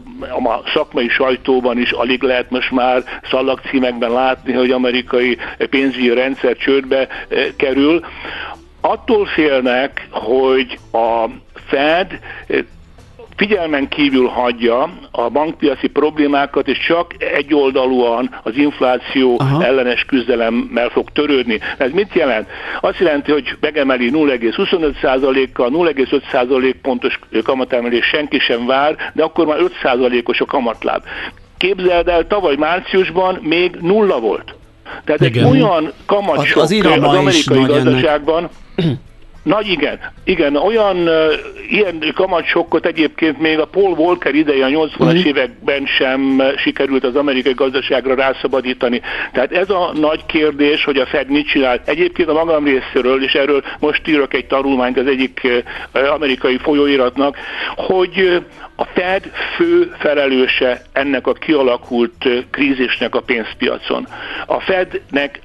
[SPEAKER 8] a szakmai sajtóban is alig lehet most már szallagcímekben látni, hogy amerikai pénzügyi rendszer csődbe kerül. Attól félnek, hogy a Fed figyelmen kívül hagyja a bankpiaci problémákat, és csak egyoldalúan az infláció ellenes küzdelemmel fog törődni. Ez mit jelent? Azt jelenti, hogy megemeli 0,25%-kal, 0,5% pontos kamatemelés senki sem vár, de akkor már 5%-os a kamatláb. Képzeld el, tavaly márciusban még 0 volt. Tehát egy olyan kamatsok az amerikai gazdaságban, nagy igen, olyan ilyen kamatsokkot egyébként még a Paul Volcker ideje a 80-as években sem sikerült az amerikai gazdaságra rászabadítani. Tehát ez a nagy kérdés, hogy a Fed mit csinál. Egyébként a magam részéről, és erről most írok egy tanulmányt az egyik amerikai folyóiratnak, hogy a Fed fő felelőse ennek a kialakult krízisnek a pénzpiacon. A Fednek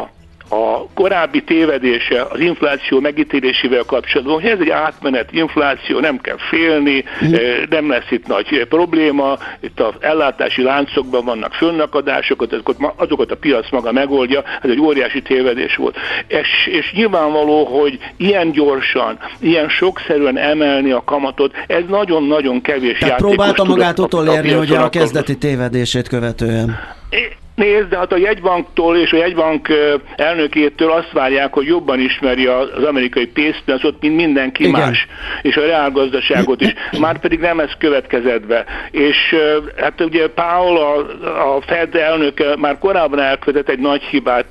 [SPEAKER 8] a korábbi tévedése az infláció megítélésével kapcsolatban, hogy ez egy átmenet infláció, nem kell félni, nem lesz itt nagy probléma, itt az ellátási láncokban vannak fönnakadások, azokat a piac maga megoldja, ez egy óriási tévedés volt. És nyilvánvaló, hogy ilyen gyorsan, ilyen sokszerűen emelni a kamatot, ez nagyon-nagyon kevés játékos.
[SPEAKER 6] Próbálta magát utolérni, hogy a kezdeti tévedését követően.
[SPEAKER 8] Nézd, de hát a jegybanktól és a jegybank elnökétől azt várják, hogy jobban ismeri az amerikai pénzpiacot, mint mindenki más, és a reálgazdaságot is. Márpedig nem ez következett be. És hát ugye Powell, a Fed elnöke már korábban elkövetett egy nagy hibát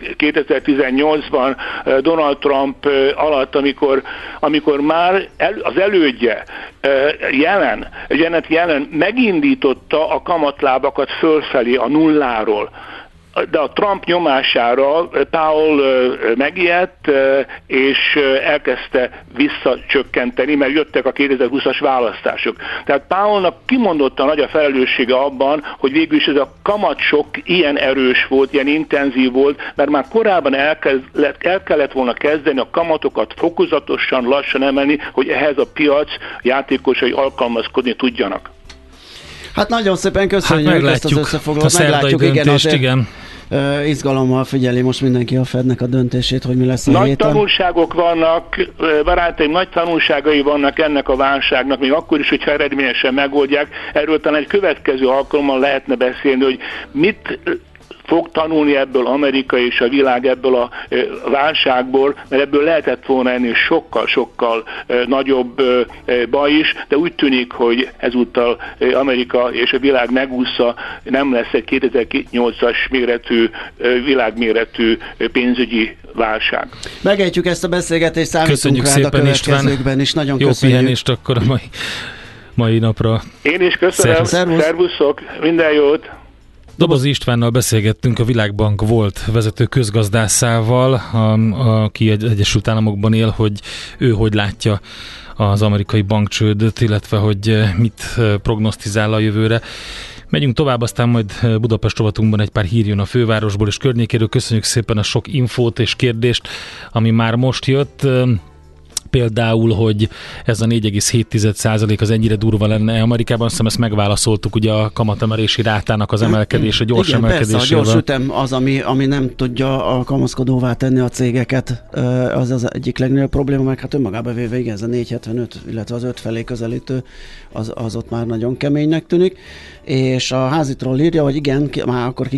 [SPEAKER 8] 2018-ban Donald Trump alatt, amikor már az elődje Janet Yellen megindította a kamatlábakat fölfelé a nulláról. de a Trump nyomására Powell megijedt, és elkezdte visszacsökkenteni, mert jöttek a 2020-as választások. Tehát Powellnak kimondottan nagy a felelőssége abban, hogy végül is ez a kamatsok ilyen erős volt, ilyen intenzív volt, mert már korábban el kellett volna kezdeni a kamatokat fokozatosan, lassan emelni, hogy ehhez a piac játékosai alkalmazkodni tudjanak.
[SPEAKER 6] Hát nagyon szépen köszönjük ezt az összefoglalót.
[SPEAKER 7] Meglátjuk, igen.
[SPEAKER 6] Izgalommal figyeli most mindenki a Fednek a döntését, hogy mi lesz a
[SPEAKER 8] nagy
[SPEAKER 6] héten.
[SPEAKER 8] Tanulságok vannak, barátaim, nagy tanulságai vannak ennek a válságnak, még akkor is, hogyha eredményesen megoldják. Erről talán egy következő alkalommal lehetne beszélni, hogy mit fog tanulni ebből Amerika és a világ ebből a válságból, mert ebből lehetett volna ennél sokkal nagyobb baj is, de úgy tűnik, hogy ezúttal Amerika és a világ megúszza, nem lesz egy 2008-as méretű, világméretű pénzügyi válság.
[SPEAKER 6] Megejtjük ezt a beszélgetést, számítunk rád a következőkben is. Nagyon
[SPEAKER 7] jó
[SPEAKER 6] köszönjük.
[SPEAKER 7] Pihenést akkor a mai napra.
[SPEAKER 8] Én is köszönöm. Szervuszok, minden jót.
[SPEAKER 7] Dobozi Istvánnal beszélgettünk, a Világbank volt vezető közgazdászával, aki Egyesült Államokban él, hogy ő hogy látja az amerikai bankcsődöt, illetve hogy mit prognosztizál a jövőre. Megyünk tovább, aztán majd Budapest rovatunkban egy pár hír jön a fővárosból és környékéről. Köszönjük szépen a sok infót és kérdést, ami már most jött. Például, hogy ez a 4,7% az ennyire durva lenne Amerikában, azt hiszem ezt megválaszoltuk, ugye a kamatemelési rátának az emelkedése, gyors
[SPEAKER 6] igen,
[SPEAKER 7] emelkedésével.
[SPEAKER 6] Persze, a gyors ütem az, ami nem tudja alkalmazkodóvá tenni a cégeket, az az egyik legnagyobb probléma, meg hát önmagában véve, igen, ez a 4,75, illetve az 5 felé közelítő, az ott már nagyon keménynek tűnik, és a Házitról írja, hogy igen, már akkor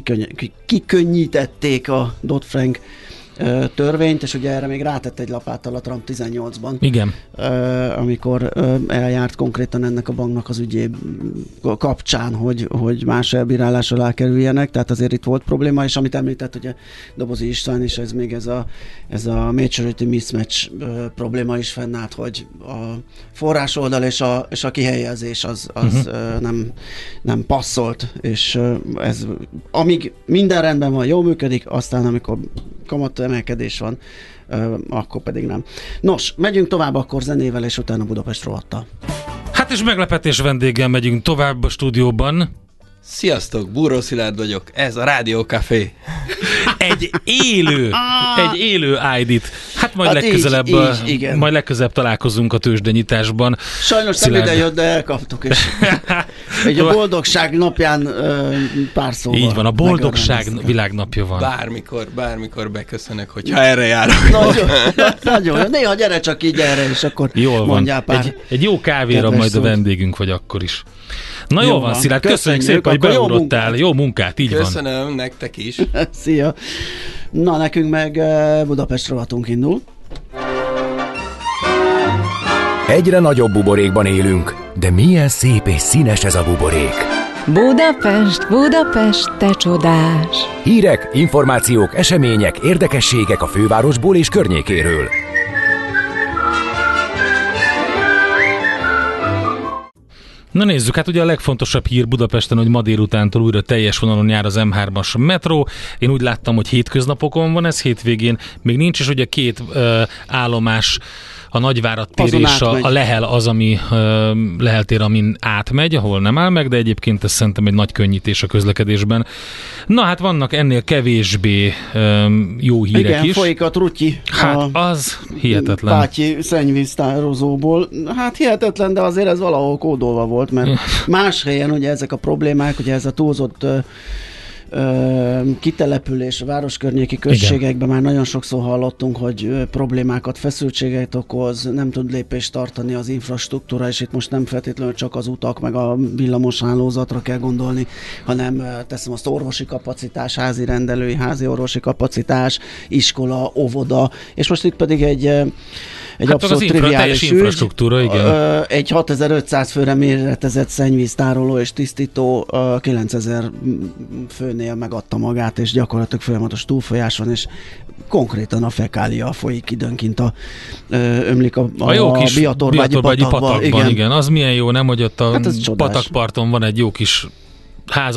[SPEAKER 6] kikönnyítették a Dodd-Frank törvényt, és ugye erre még rátett egy lapáttal a Trump 18-ban.
[SPEAKER 7] Igen.
[SPEAKER 6] Amikor eljárt konkrétan ennek a banknak az ügyé kapcsán, hogy más elbírálás alá kerüljenek, tehát azért itt volt probléma, és amit említett, ugye Dobozi István is, ez még ez a maturity mismatch probléma is fennállt, hogy a forrásoldal és a kihelyezés az nem passzolt, és ez amíg minden rendben van, jól működik, aztán amikor kamat emelkedés van, akkor pedig nem. Nos, megyünk tovább akkor zenével, és utána Budapest rovattal.
[SPEAKER 7] Hát és meglepetés vendéggel megyünk tovább a stúdióban.
[SPEAKER 9] Sziasztok, Búró Szilárd vagyok, ez a Rádió Café.
[SPEAKER 7] Egy élő ID-t. Hát majd legközelebb találkozunk a tőzsdenyításban.
[SPEAKER 6] Sajnos nem ide jött, de elkaptuk, és egy a boldogság napján pár szóval.
[SPEAKER 7] Így van, a boldogság világnapja van.
[SPEAKER 9] Bármikor beköszönök, hogyha erre járok.
[SPEAKER 6] Nagyon jó. Néha gyere csak így erre, és akkor
[SPEAKER 7] jól
[SPEAKER 6] mondjál
[SPEAKER 7] van.
[SPEAKER 6] pár.
[SPEAKER 7] Egy jó kávéra majd a vendégünk vagy akkor is. Na jól van, Szilárd, köszönjük szépen, hogy beugrottál. Jó munkát, így van.
[SPEAKER 9] Köszönöm, nektek is.
[SPEAKER 6] Szia. Na, nekünk meg Budapest rovatunk indul.
[SPEAKER 1] Egyre nagyobb buborékban élünk, de milyen szép és színes ez a buborék.
[SPEAKER 5] Budapest, Budapest, te csodás!
[SPEAKER 1] Hírek, információk, események, érdekességek a fővárosból és környékéről.
[SPEAKER 7] Na nézzük, hát ugye a legfontosabb hír Budapesten, hogy ma délutántól újra teljes vonalon jár az M3-as metró. Én úgy láttam, hogy hétköznapokon van ez, hétvégén még nincs, és ugye két állomás, a Nagyvárad tér és a Lehel az, ami Lehel tér, amin átmegy, ahol nem áll meg, de egyébként ez szerintem egy nagy könnyítés a közlekedésben. Na hát vannak ennél kevésbé jó hírek is.
[SPEAKER 6] Igen, folyik a trutyi.
[SPEAKER 7] Hát az hihetetlen.
[SPEAKER 6] Pátyi szennyvíztározóból. Hát hihetetlen, de azért ez valahol kódolva volt, mert más helyen ugye ezek a problémák, ugye ez a túlzott kitelepülés a városkörnyéki községekben már nagyon sokszor hallottunk, hogy problémákat, feszültséget okoz, nem tud lépést tartani az infrastruktúra, és itt most nem feltétlenül csak az utak meg a villamos hálózatra kell gondolni, hanem teszem azt orvosi kapacitás, házi rendelői, házi orvosi kapacitás, iskola, óvoda, és most itt pedig egy abszolút triviális
[SPEAKER 7] infrastruktúra, igen.
[SPEAKER 6] Egy 6500 főre méretezett szennyvíztároló és tisztító 9000 főnél megadta magát, és gyakorlatilag folyamatos túlfolyás van, és konkrétan a fekália folyik időnként ömlik a jó kis Biatorbágyi patakban.
[SPEAKER 7] Igen, az milyen jó, nem, hogy ott a patakparton van egy jó kis házad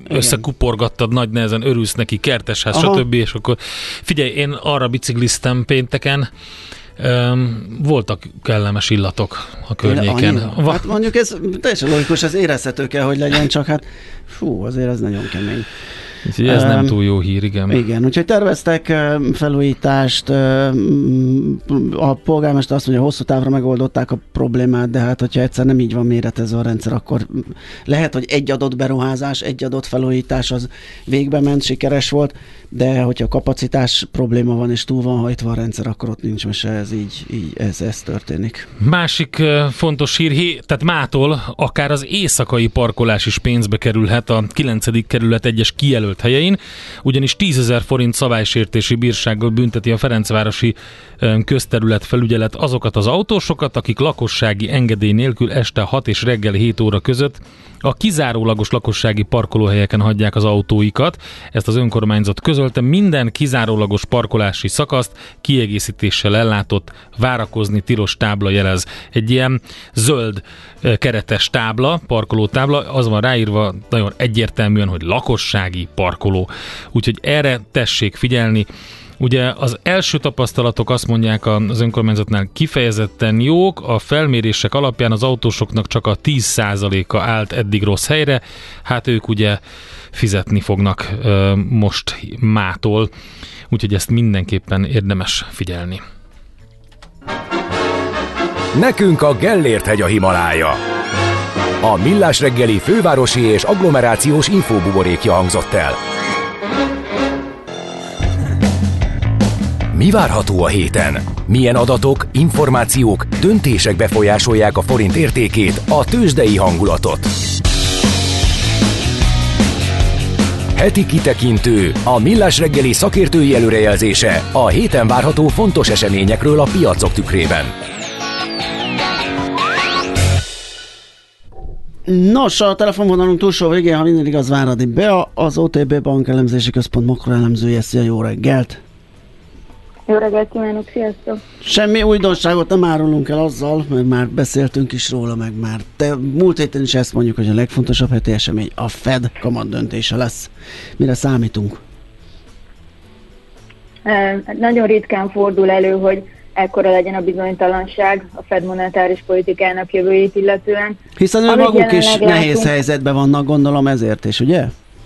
[SPEAKER 7] összekuporgattad nagy nehezen, örülsz neki, kertesház, stb. És akkor figyelj, én arra bicikliztem pénteken, voltak kellemes illatok a környéken.
[SPEAKER 6] Hát mondjuk ez teljesen logikus, ez érezhető kell, hogy legyen, csak hát azért ez nagyon kemény.
[SPEAKER 7] Ez nem túl jó hír, igen.
[SPEAKER 6] Igen, úgyhogy terveztek felújítást, a polgármester azt mondja, hosszú távra megoldották a problémát, de hát hogyha egyszer nem így van méretezve a rendszer, akkor lehet, hogy egy adott beruházás, egy adott felújítás az végbe ment, sikeres volt, de hogyha kapacitás probléma van és túl van hajtva a rendszer, akkor ott nincs mese, ez történik.
[SPEAKER 7] Másik fontos hír, tehát mától akár az éjszakai parkolás is pénzbe kerülhet a 9. kerület egyes kijelölt helyein, ugyanis 10 000 forint szabálysértési bírsággal bünteti a Ferencvárosi közterület felügyelet azokat az autósokat, akik lakossági engedély nélkül este 6 és reggel 7 óra között a kizárólagos lakossági parkolóhelyeken hagyják az autóikat. Ezt az önkormányzat közölte, minden kizárólagos parkolási szakaszt kiegészítéssel ellátott várakozni tilos tábla jelez. Egy ilyen zöld keretes tábla, parkolótábla, az van ráírva nagyon egyértelműen, hogy lakossági parkoló. Úgyhogy erre tessék figyelni. Ugye az első tapasztalatok azt mondják az önkormányzatnál kifejezetten jók, a felmérések alapján az autósoknak csak a 10%-a állt eddig rossz helyre, hát ők ugye fizetni fognak most mától, úgyhogy ezt mindenképpen érdemes figyelni.
[SPEAKER 1] Nekünk a Gellért-hegy a Himalája. A Millás reggeli fővárosi és agglomerációs infóbuborékja hangzott el. Mi várható a héten? Milyen adatok, információk, döntések befolyásolják a forint értékét, a tőzsdei hangulatot? Heti kitekintő, a Millás reggeli szakértői előrejelzése a héten várható fontos eseményekről a piacok tükrében.
[SPEAKER 6] Nos, a telefonvonalunk túlsó végén, ha minden igaz, Váradi Bea, az OTB Bank elemzési központ makroelemzője. Szia, jó reggelt!
[SPEAKER 10] Jó reggelt kívánok, sziasztok!
[SPEAKER 6] Semmi újdonságot nem árulunk el azzal, mert már beszéltünk is róla, meg már múlt héten is ezt mondjuk, hogy a legfontosabb heti esemény a Fed kamat döntése lesz. Mire számítunk?
[SPEAKER 10] Nagyon ritkán fordul elő, hogy ekkora legyen a bizonytalanság a Fed monetáris politikának jövőjét illetően.
[SPEAKER 6] Hiszen ő maguk is nehéz helyzetben vannak, gondolom ezért is, ugye?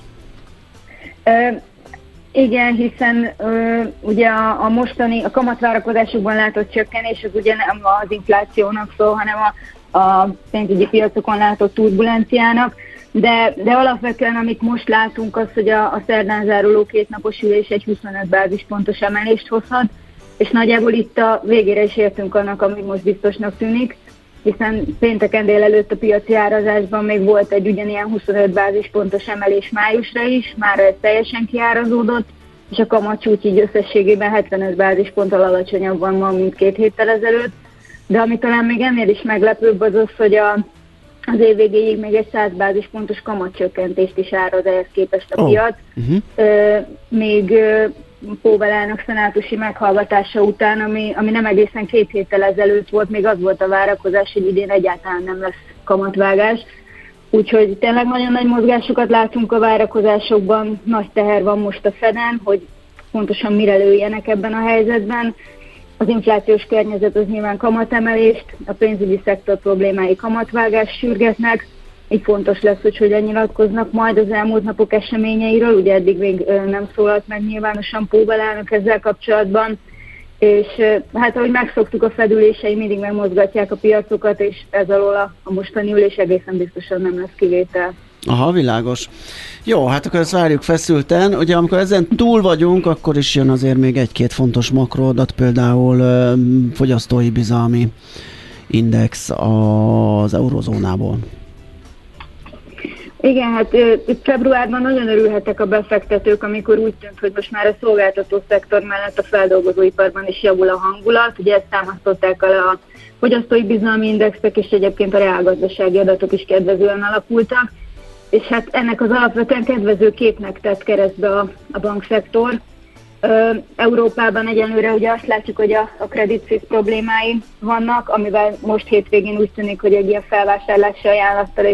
[SPEAKER 10] Igen, hiszen ugye a mostani, a kamatvárakozásokban látott csökkenés az ugye nem az inflációnak szól, hanem a pénzügyi piacokon látott turbulenciának, de alapvetően amit most látunk az, hogy a szerdán záruló kétnapos ülés egy 25 bázispontos emelést hozhat, és nagyjából itt a végére is értünk annak, ami most biztosnak tűnik, hiszen pénteken délelőtt a piaci árazásban még volt egy ugyanilyen 25 bázispontos emelés májusra is, már ez teljesen kiárazódott, és a kamatcsúcs így összességében 75 bázisponttal alacsonyabban van, mint 2 héttel ezelőtt. De ami talán még ennél is meglepőbb az, hogy az év végéig még egy 100 bázispontos kamatcsökkentést is áraz ehhez képest a piac. Még Powell elnök szenátusi meghallgatása után, ami nem egészen 2 héttel ezelőtt volt, még az volt a várakozás, hogy idén egyáltalán nem lesz kamatvágás. Úgyhogy tényleg nagyon nagy mozgásokat látunk a várakozásokban, nagy teher van most a Feden, hogy pontosan mire lőjenek ebben a helyzetben. Az inflációs környezet az nyilván kamatemelést, a pénzügyi szektor problémái kamatvágást sürgetnek, így fontos lesz, hogy hogyan nyilatkoznak majd az elmúlt napok eseményeiről, ugye eddig még nem szólalt meg nyilvánosan Powell elnök ezzel kapcsolatban, és hát ahogy megszoktuk, a Fed ülései mindig megmozgatják a piacokat, és ez alól a mostani ülés egészen biztosan nem lesz kivétel.
[SPEAKER 6] Aha, világos. Jó, hát akkor ezt várjuk feszülten. Ugye amikor ezen túl vagyunk, akkor is jön azért még egy-két fontos makroadat, például fogyasztói bizalmi index az eurozónából.
[SPEAKER 10] Igen, hát februárban nagyon örülhettek a befektetők, amikor úgy tűnt, hogy most már a szolgáltató szektor mellett a feldolgozóiparban is javul a hangulat. Ugye ezt támasztották alá a fogyasztói bizalmi indexek, és egyébként a reálgazdasági adatok is kedvezően alakultak. És hát ennek az alapvetően kedvező képnek tett keresztbe a bankszektor. Európában egyenlőre ugye azt látjuk, hogy a Credit Suisse problémái vannak, amivel most hétvégén úgy tűnik, hogy egy ilyen felvásárlási ajánlattal és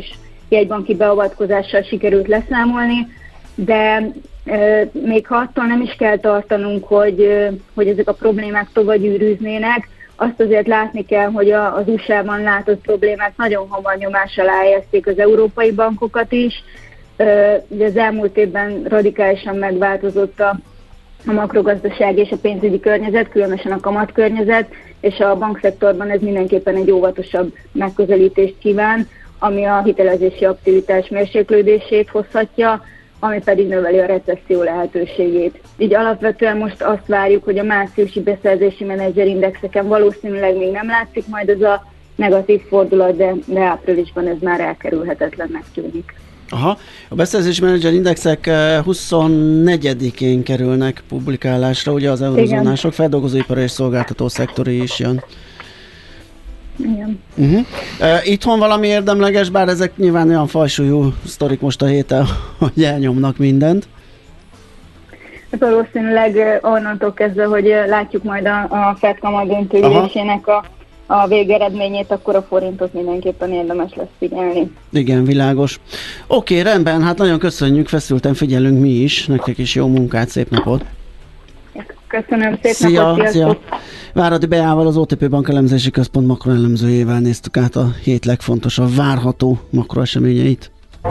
[SPEAKER 10] jegybanki beavatkozással sikerült leszámolni, de még ha attól nem is kell tartanunk, hogy ezek a problémák tovább gyűrűznének, azt azért látni kell, hogy az USA-ban látott problémák nagyon hamar nyomás alá helyezték az európai bankokat is. Ugye az elmúlt évben radikálisan megváltozott a makrogazdaság és a pénzügyi környezet, különösen a kamatkörnyezet, és a bankszektorban ez mindenképpen egy óvatosabb megközelítést kíván, ami a hitelezési aktivitás mérséklődését hozhatja, ami pedig növeli a recesszió lehetőségét. Így alapvetően most azt várjuk, hogy a márciusi beszerzési menedzserindexeken valószínűleg még nem látszik majd ez a negatív fordulat, de áprilisban ez már elkerülhetetlennek tűnik.
[SPEAKER 6] Aha, a beszerzési menedzserindexek 24-én kerülnek publikálásra, ugye az eurozónások, feldolgozóipar és szolgáltató szektori is jön.
[SPEAKER 10] Igen.
[SPEAKER 6] Itthon valami érdemleges, bár ezek nyilván olyan fajsúlyú sztorik most a héten, hogy elnyomnak mindent.
[SPEAKER 10] Valószínűleg onnantól kezdve, hogy látjuk majd a FED kamat döntőülésének a végeredményét, akkor a forintot mindenképpen érdemes lesz figyelni.
[SPEAKER 6] Igen, világos. Oké, rendben, hát nagyon köszönjük, feszülten figyelünk mi is, nektek is jó munkát, szép napot!
[SPEAKER 10] Köszönöm, szép napot,
[SPEAKER 6] szia! Váradi Beával, az OTP Bank elemzési központ makroelemzőjével néztük át a hét legfontosabb várható makroeseményeit.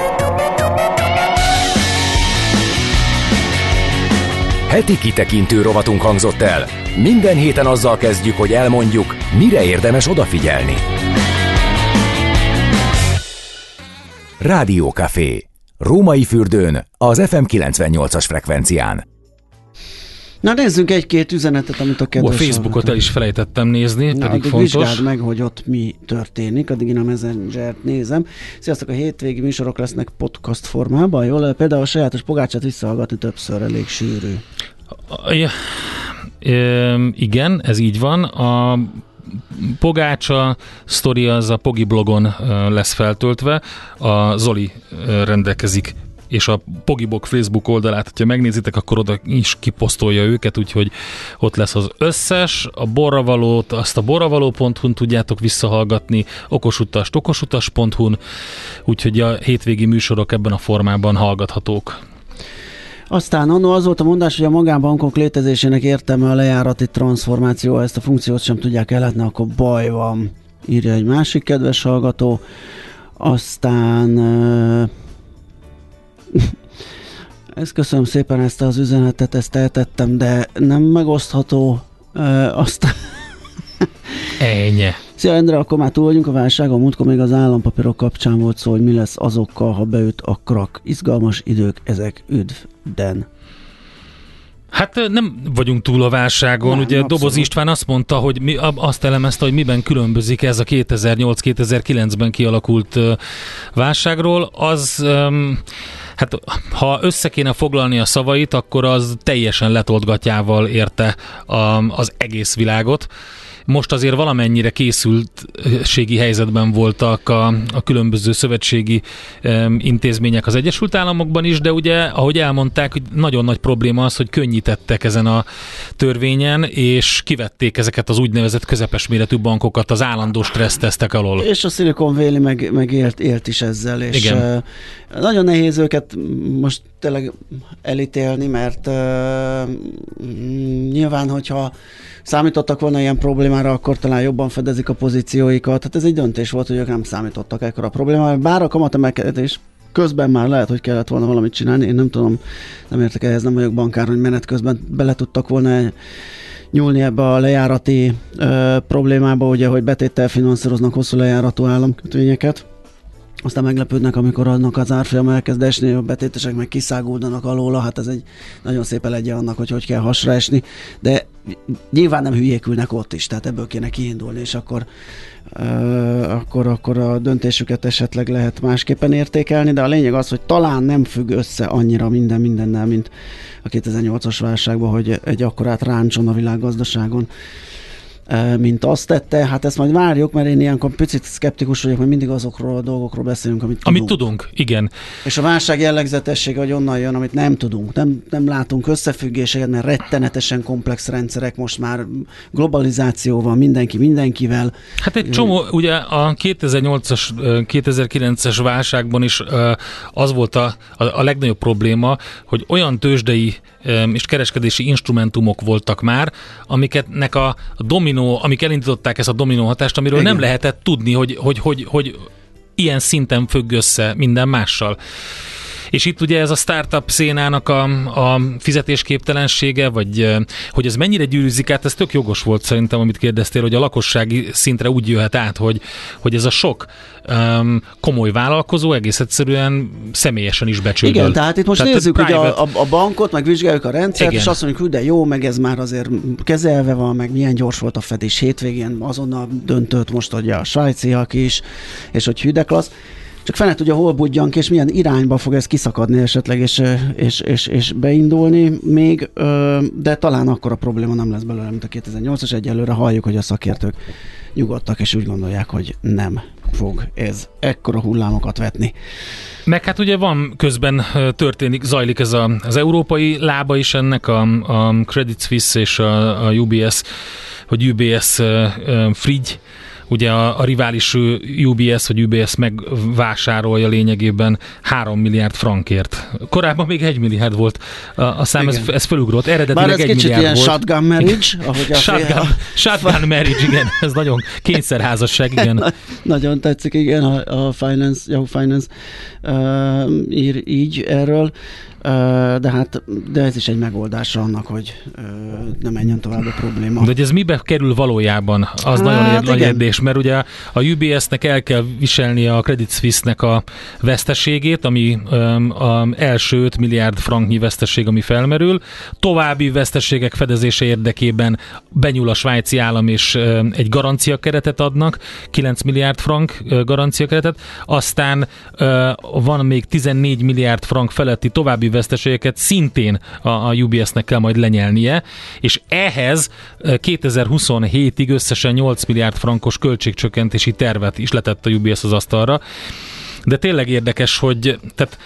[SPEAKER 1] Heti kitekintő rovatunk hangzott el. Minden héten azzal kezdjük, hogy elmondjuk, mire érdemes odafigyelni. Rádiókafé. Római Fürdőn, az FM 98-as frekvencián.
[SPEAKER 6] Na nézzünk egy-két üzenetet, amit a kedves...
[SPEAKER 7] A Facebookot el is felejtettem nézni, pedig fontos.
[SPEAKER 6] Vizsgáld meg, hogy ott mi történik, addig én a Messenger-t nézem. Sziasztok, a hétvégi műsorok lesznek podcast formában, jól? Például a sajátos pogácsát visszahallgatni többször elég sűrű.
[SPEAKER 7] Igen, ez így van. A pogácsa sztori az a Pogi blogon lesz feltöltve. A Zoli rendelkezik és a Pogibok Facebook oldalát, ha megnézitek, akkor oda is kiposztolja őket, úgyhogy ott lesz az összes. A borravalót, azt a borravaló.hu-n tudjátok visszahallgatni, okosutast okosutas.hu-n, úgyhogy a hétvégi műsorok ebben a formában hallgathatók.
[SPEAKER 6] Aztán annó az volt a mondás, hogy a magánbankok létezésének értelme a lejárati transformáció, ha ezt a funkciót sem tudják ellátni, akkor baj van, írja egy másik kedves hallgató. Aztán ezt köszönöm szépen, ezt az üzenetet, ezt eltettem, de nem megosztható. Aztán
[SPEAKER 7] Ennyi.
[SPEAKER 6] Szia Endre, akkor már túl vagyunk a válságon, múltkor még az állampapírok kapcsán volt szó, hogy mi lesz azokkal, ha beüt a krak. Izgalmas idők ezek, üdv, Den.
[SPEAKER 7] Hát nem vagyunk túl a válságon. Nem, ugye abszolút. Doboz István azt mondta, hogy azt elemezte, hogy miben különbözik ez a 2008-2009-ben kialakult válságról. Az, hát ha össze kéne foglalni a szavait, akkor az teljesen letoltgatjával érte az egész világot. Most azért valamennyire készültségi helyzetben voltak a különböző szövetségi intézmények az Egyesült Államokban is, de ugye, ahogy elmondták, hogy nagyon nagy probléma az, hogy könnyítettek ezen a törvényen, és kivették ezeket az úgynevezett közepes méretű bankokat az állandó stressztesztek alól. És a
[SPEAKER 6] Silicon Valley meg élt is ezzel, és igen. Nagyon nehéz őket most tényleg elítélni, mert nyilván, hogyha számítottak volna ilyen problémára, akkor talán jobban fedezik a pozícióikat. Hát ez egy döntés volt, hogy ők nem számítottak ekkora problémára. Bár a kamatemelkedés közben már lehet, hogy kellett volna valamit csinálni. Én nem tudom, nem értek ehhez, nem vagyok bankár, hogy menet közben bele tudtak volna nyúlni ebbe a lejárati problémába, ugye, hogy betéttel finanszíroznak hosszú lejáratú államkötvényeket. Aztán meglepődnek, amikor annak az árfolyam elkezd esni, a betétesek meg kiszáguldanak alóla, hát ez egy nagyon szép elegye annak, hogy kell hasra esni, de nyilván nem hülyék ülnek ott is, tehát ebből kéne kiindulni, és akkor a döntésüket esetleg lehet másképpen értékelni, de a lényeg az, hogy talán nem függ össze annyira mindennel, mint a 2008-as válságban, hogy egy akkorát ráncson a világgazdaságon. mint azt tette. Hát ezt majd várjuk, mert én ilyenkor picit szkeptikus vagyok, mert mindig azokról a dolgokról beszélünk, amit
[SPEAKER 7] tudunk, igen.
[SPEAKER 6] És a válság jellegzetessége, hogy onnan jön, amit nem tudunk. Nem látunk összefüggéseket, mert rettenetesen komplex rendszerek, most már globalizációval, mindenki mindenkivel.
[SPEAKER 7] Hát egy csomó, ugye a 2008-as, 2009-es válságban is az volt a legnagyobb probléma, hogy olyan tőzsdei és kereskedési instrumentumok voltak már, amiketnek a dominó, amik elindították ezt a dominó hatást, amiről nem lehetett tudni, hogy ilyen szinten függ össze minden mással. És itt ugye ez a startup szénának a fizetésképtelensége, vagy hogy ez mennyire gyűrűzik át, ez tök jogos volt szerintem, amit kérdeztél, hogy a lakossági szintre úgy jöhet át, hogy ez a sok komoly vállalkozó egész egyszerűen személyesen is becsődöl.
[SPEAKER 6] Igen, tehát itt most nézzük ugye a bankot, meg vizsgáljuk a rendszert, és azt mondjuk, hogy de jó, meg ez már azért kezelve van, meg milyen gyors volt a fedés hétvégén, azonnal döntött most ugye a svájciak is, és hogy hüdeklasz. Csak fene tudja, hol budjank, és milyen irányba fog ez kiszakadni esetleg, és beindulni még, de talán akkor a probléma nem lesz belőle, mint a 2008-as. Egyelőre halljuk, hogy a szakértők nyugodtak, és úgy gondolják, hogy nem fog ez ekkora hullámokat vetni.
[SPEAKER 7] Meg hát ugye van, közben zajlik ez az európai lába is ennek, a Credit Suisse és a UBS, vagy UBS Frigy, ugye a rivális UBS, vagy UBS megvásárolja lényegében 3 milliárd frankért. Korábban még 1 milliárd volt a szám, ez fölugrott. Eredetileg 1 milliárd
[SPEAKER 6] ilyen
[SPEAKER 7] volt.
[SPEAKER 6] Shotgun marriage.
[SPEAKER 7] Shotgun marriage, igen. Ez nagyon kényszerházasság, igen.
[SPEAKER 6] Nagyon tetszik, igen, a Yahoo Finance ír így erről. De ez is egy megoldás annak, hogy ne menjen tovább a probléma.
[SPEAKER 7] De hogy ez mibe kerül valójában? Az nagyon nagy kérdés, mert ugye a UBS-nek el kell viselnie a Credit Suisse-nek a veszteségét, ami az első 5 milliárd franknyi veszteség, ami felmerül. További veszteségek fedezése érdekében benyúl a svájci állam, és egy garanciakeretet adnak, 9 milliárd frank garanciakeretet, aztán van még 14 milliárd frank feletti további veszteségeket szintén a UBS-nek kell majd lenyelnie, és ehhez 2027-ig összesen 8 milliárd frankos költségcsökkentési tervet is letett a UBS az asztalra. De tényleg érdekes, hogy tehát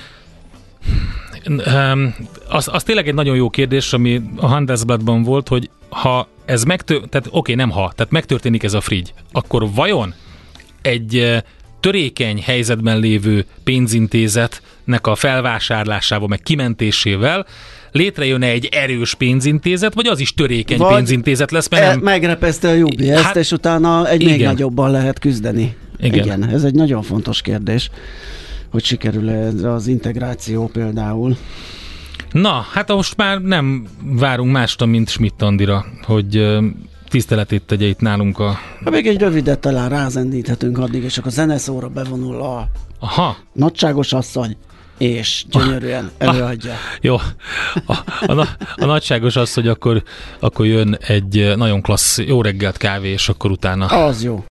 [SPEAKER 7] az tényleg egy nagyon jó kérdés, ami a Handelsblattban volt, hogy ha ez tehát megtörténik ez a frigy, akkor vajon egy törékeny helyzetben lévő pénzintézetnek a felvásárlásával, meg kimentésével létrejön-e egy erős pénzintézet, vagy az is törékeny pénzintézet lesz?
[SPEAKER 6] Megrepeszte a UBS-t, és utána még nagyobban lehet küzdeni. Igen, ez egy nagyon fontos kérdés, hogy sikerül ez az integráció például.
[SPEAKER 7] Na, hát most már nem várunk mást, mint Schmidt Andira, hogy tiszteletét tegye itt nálunk
[SPEAKER 6] még egy rövidet talán rázendíthetünk addig, és akkor a zeneszóra bevonul a nagyságos asszony, és gyönyörűen előadja.
[SPEAKER 7] Jó, a nagyságos asszony, akkor jön egy nagyon klassz jó reggelt kávé, és akkor utána
[SPEAKER 6] az jó.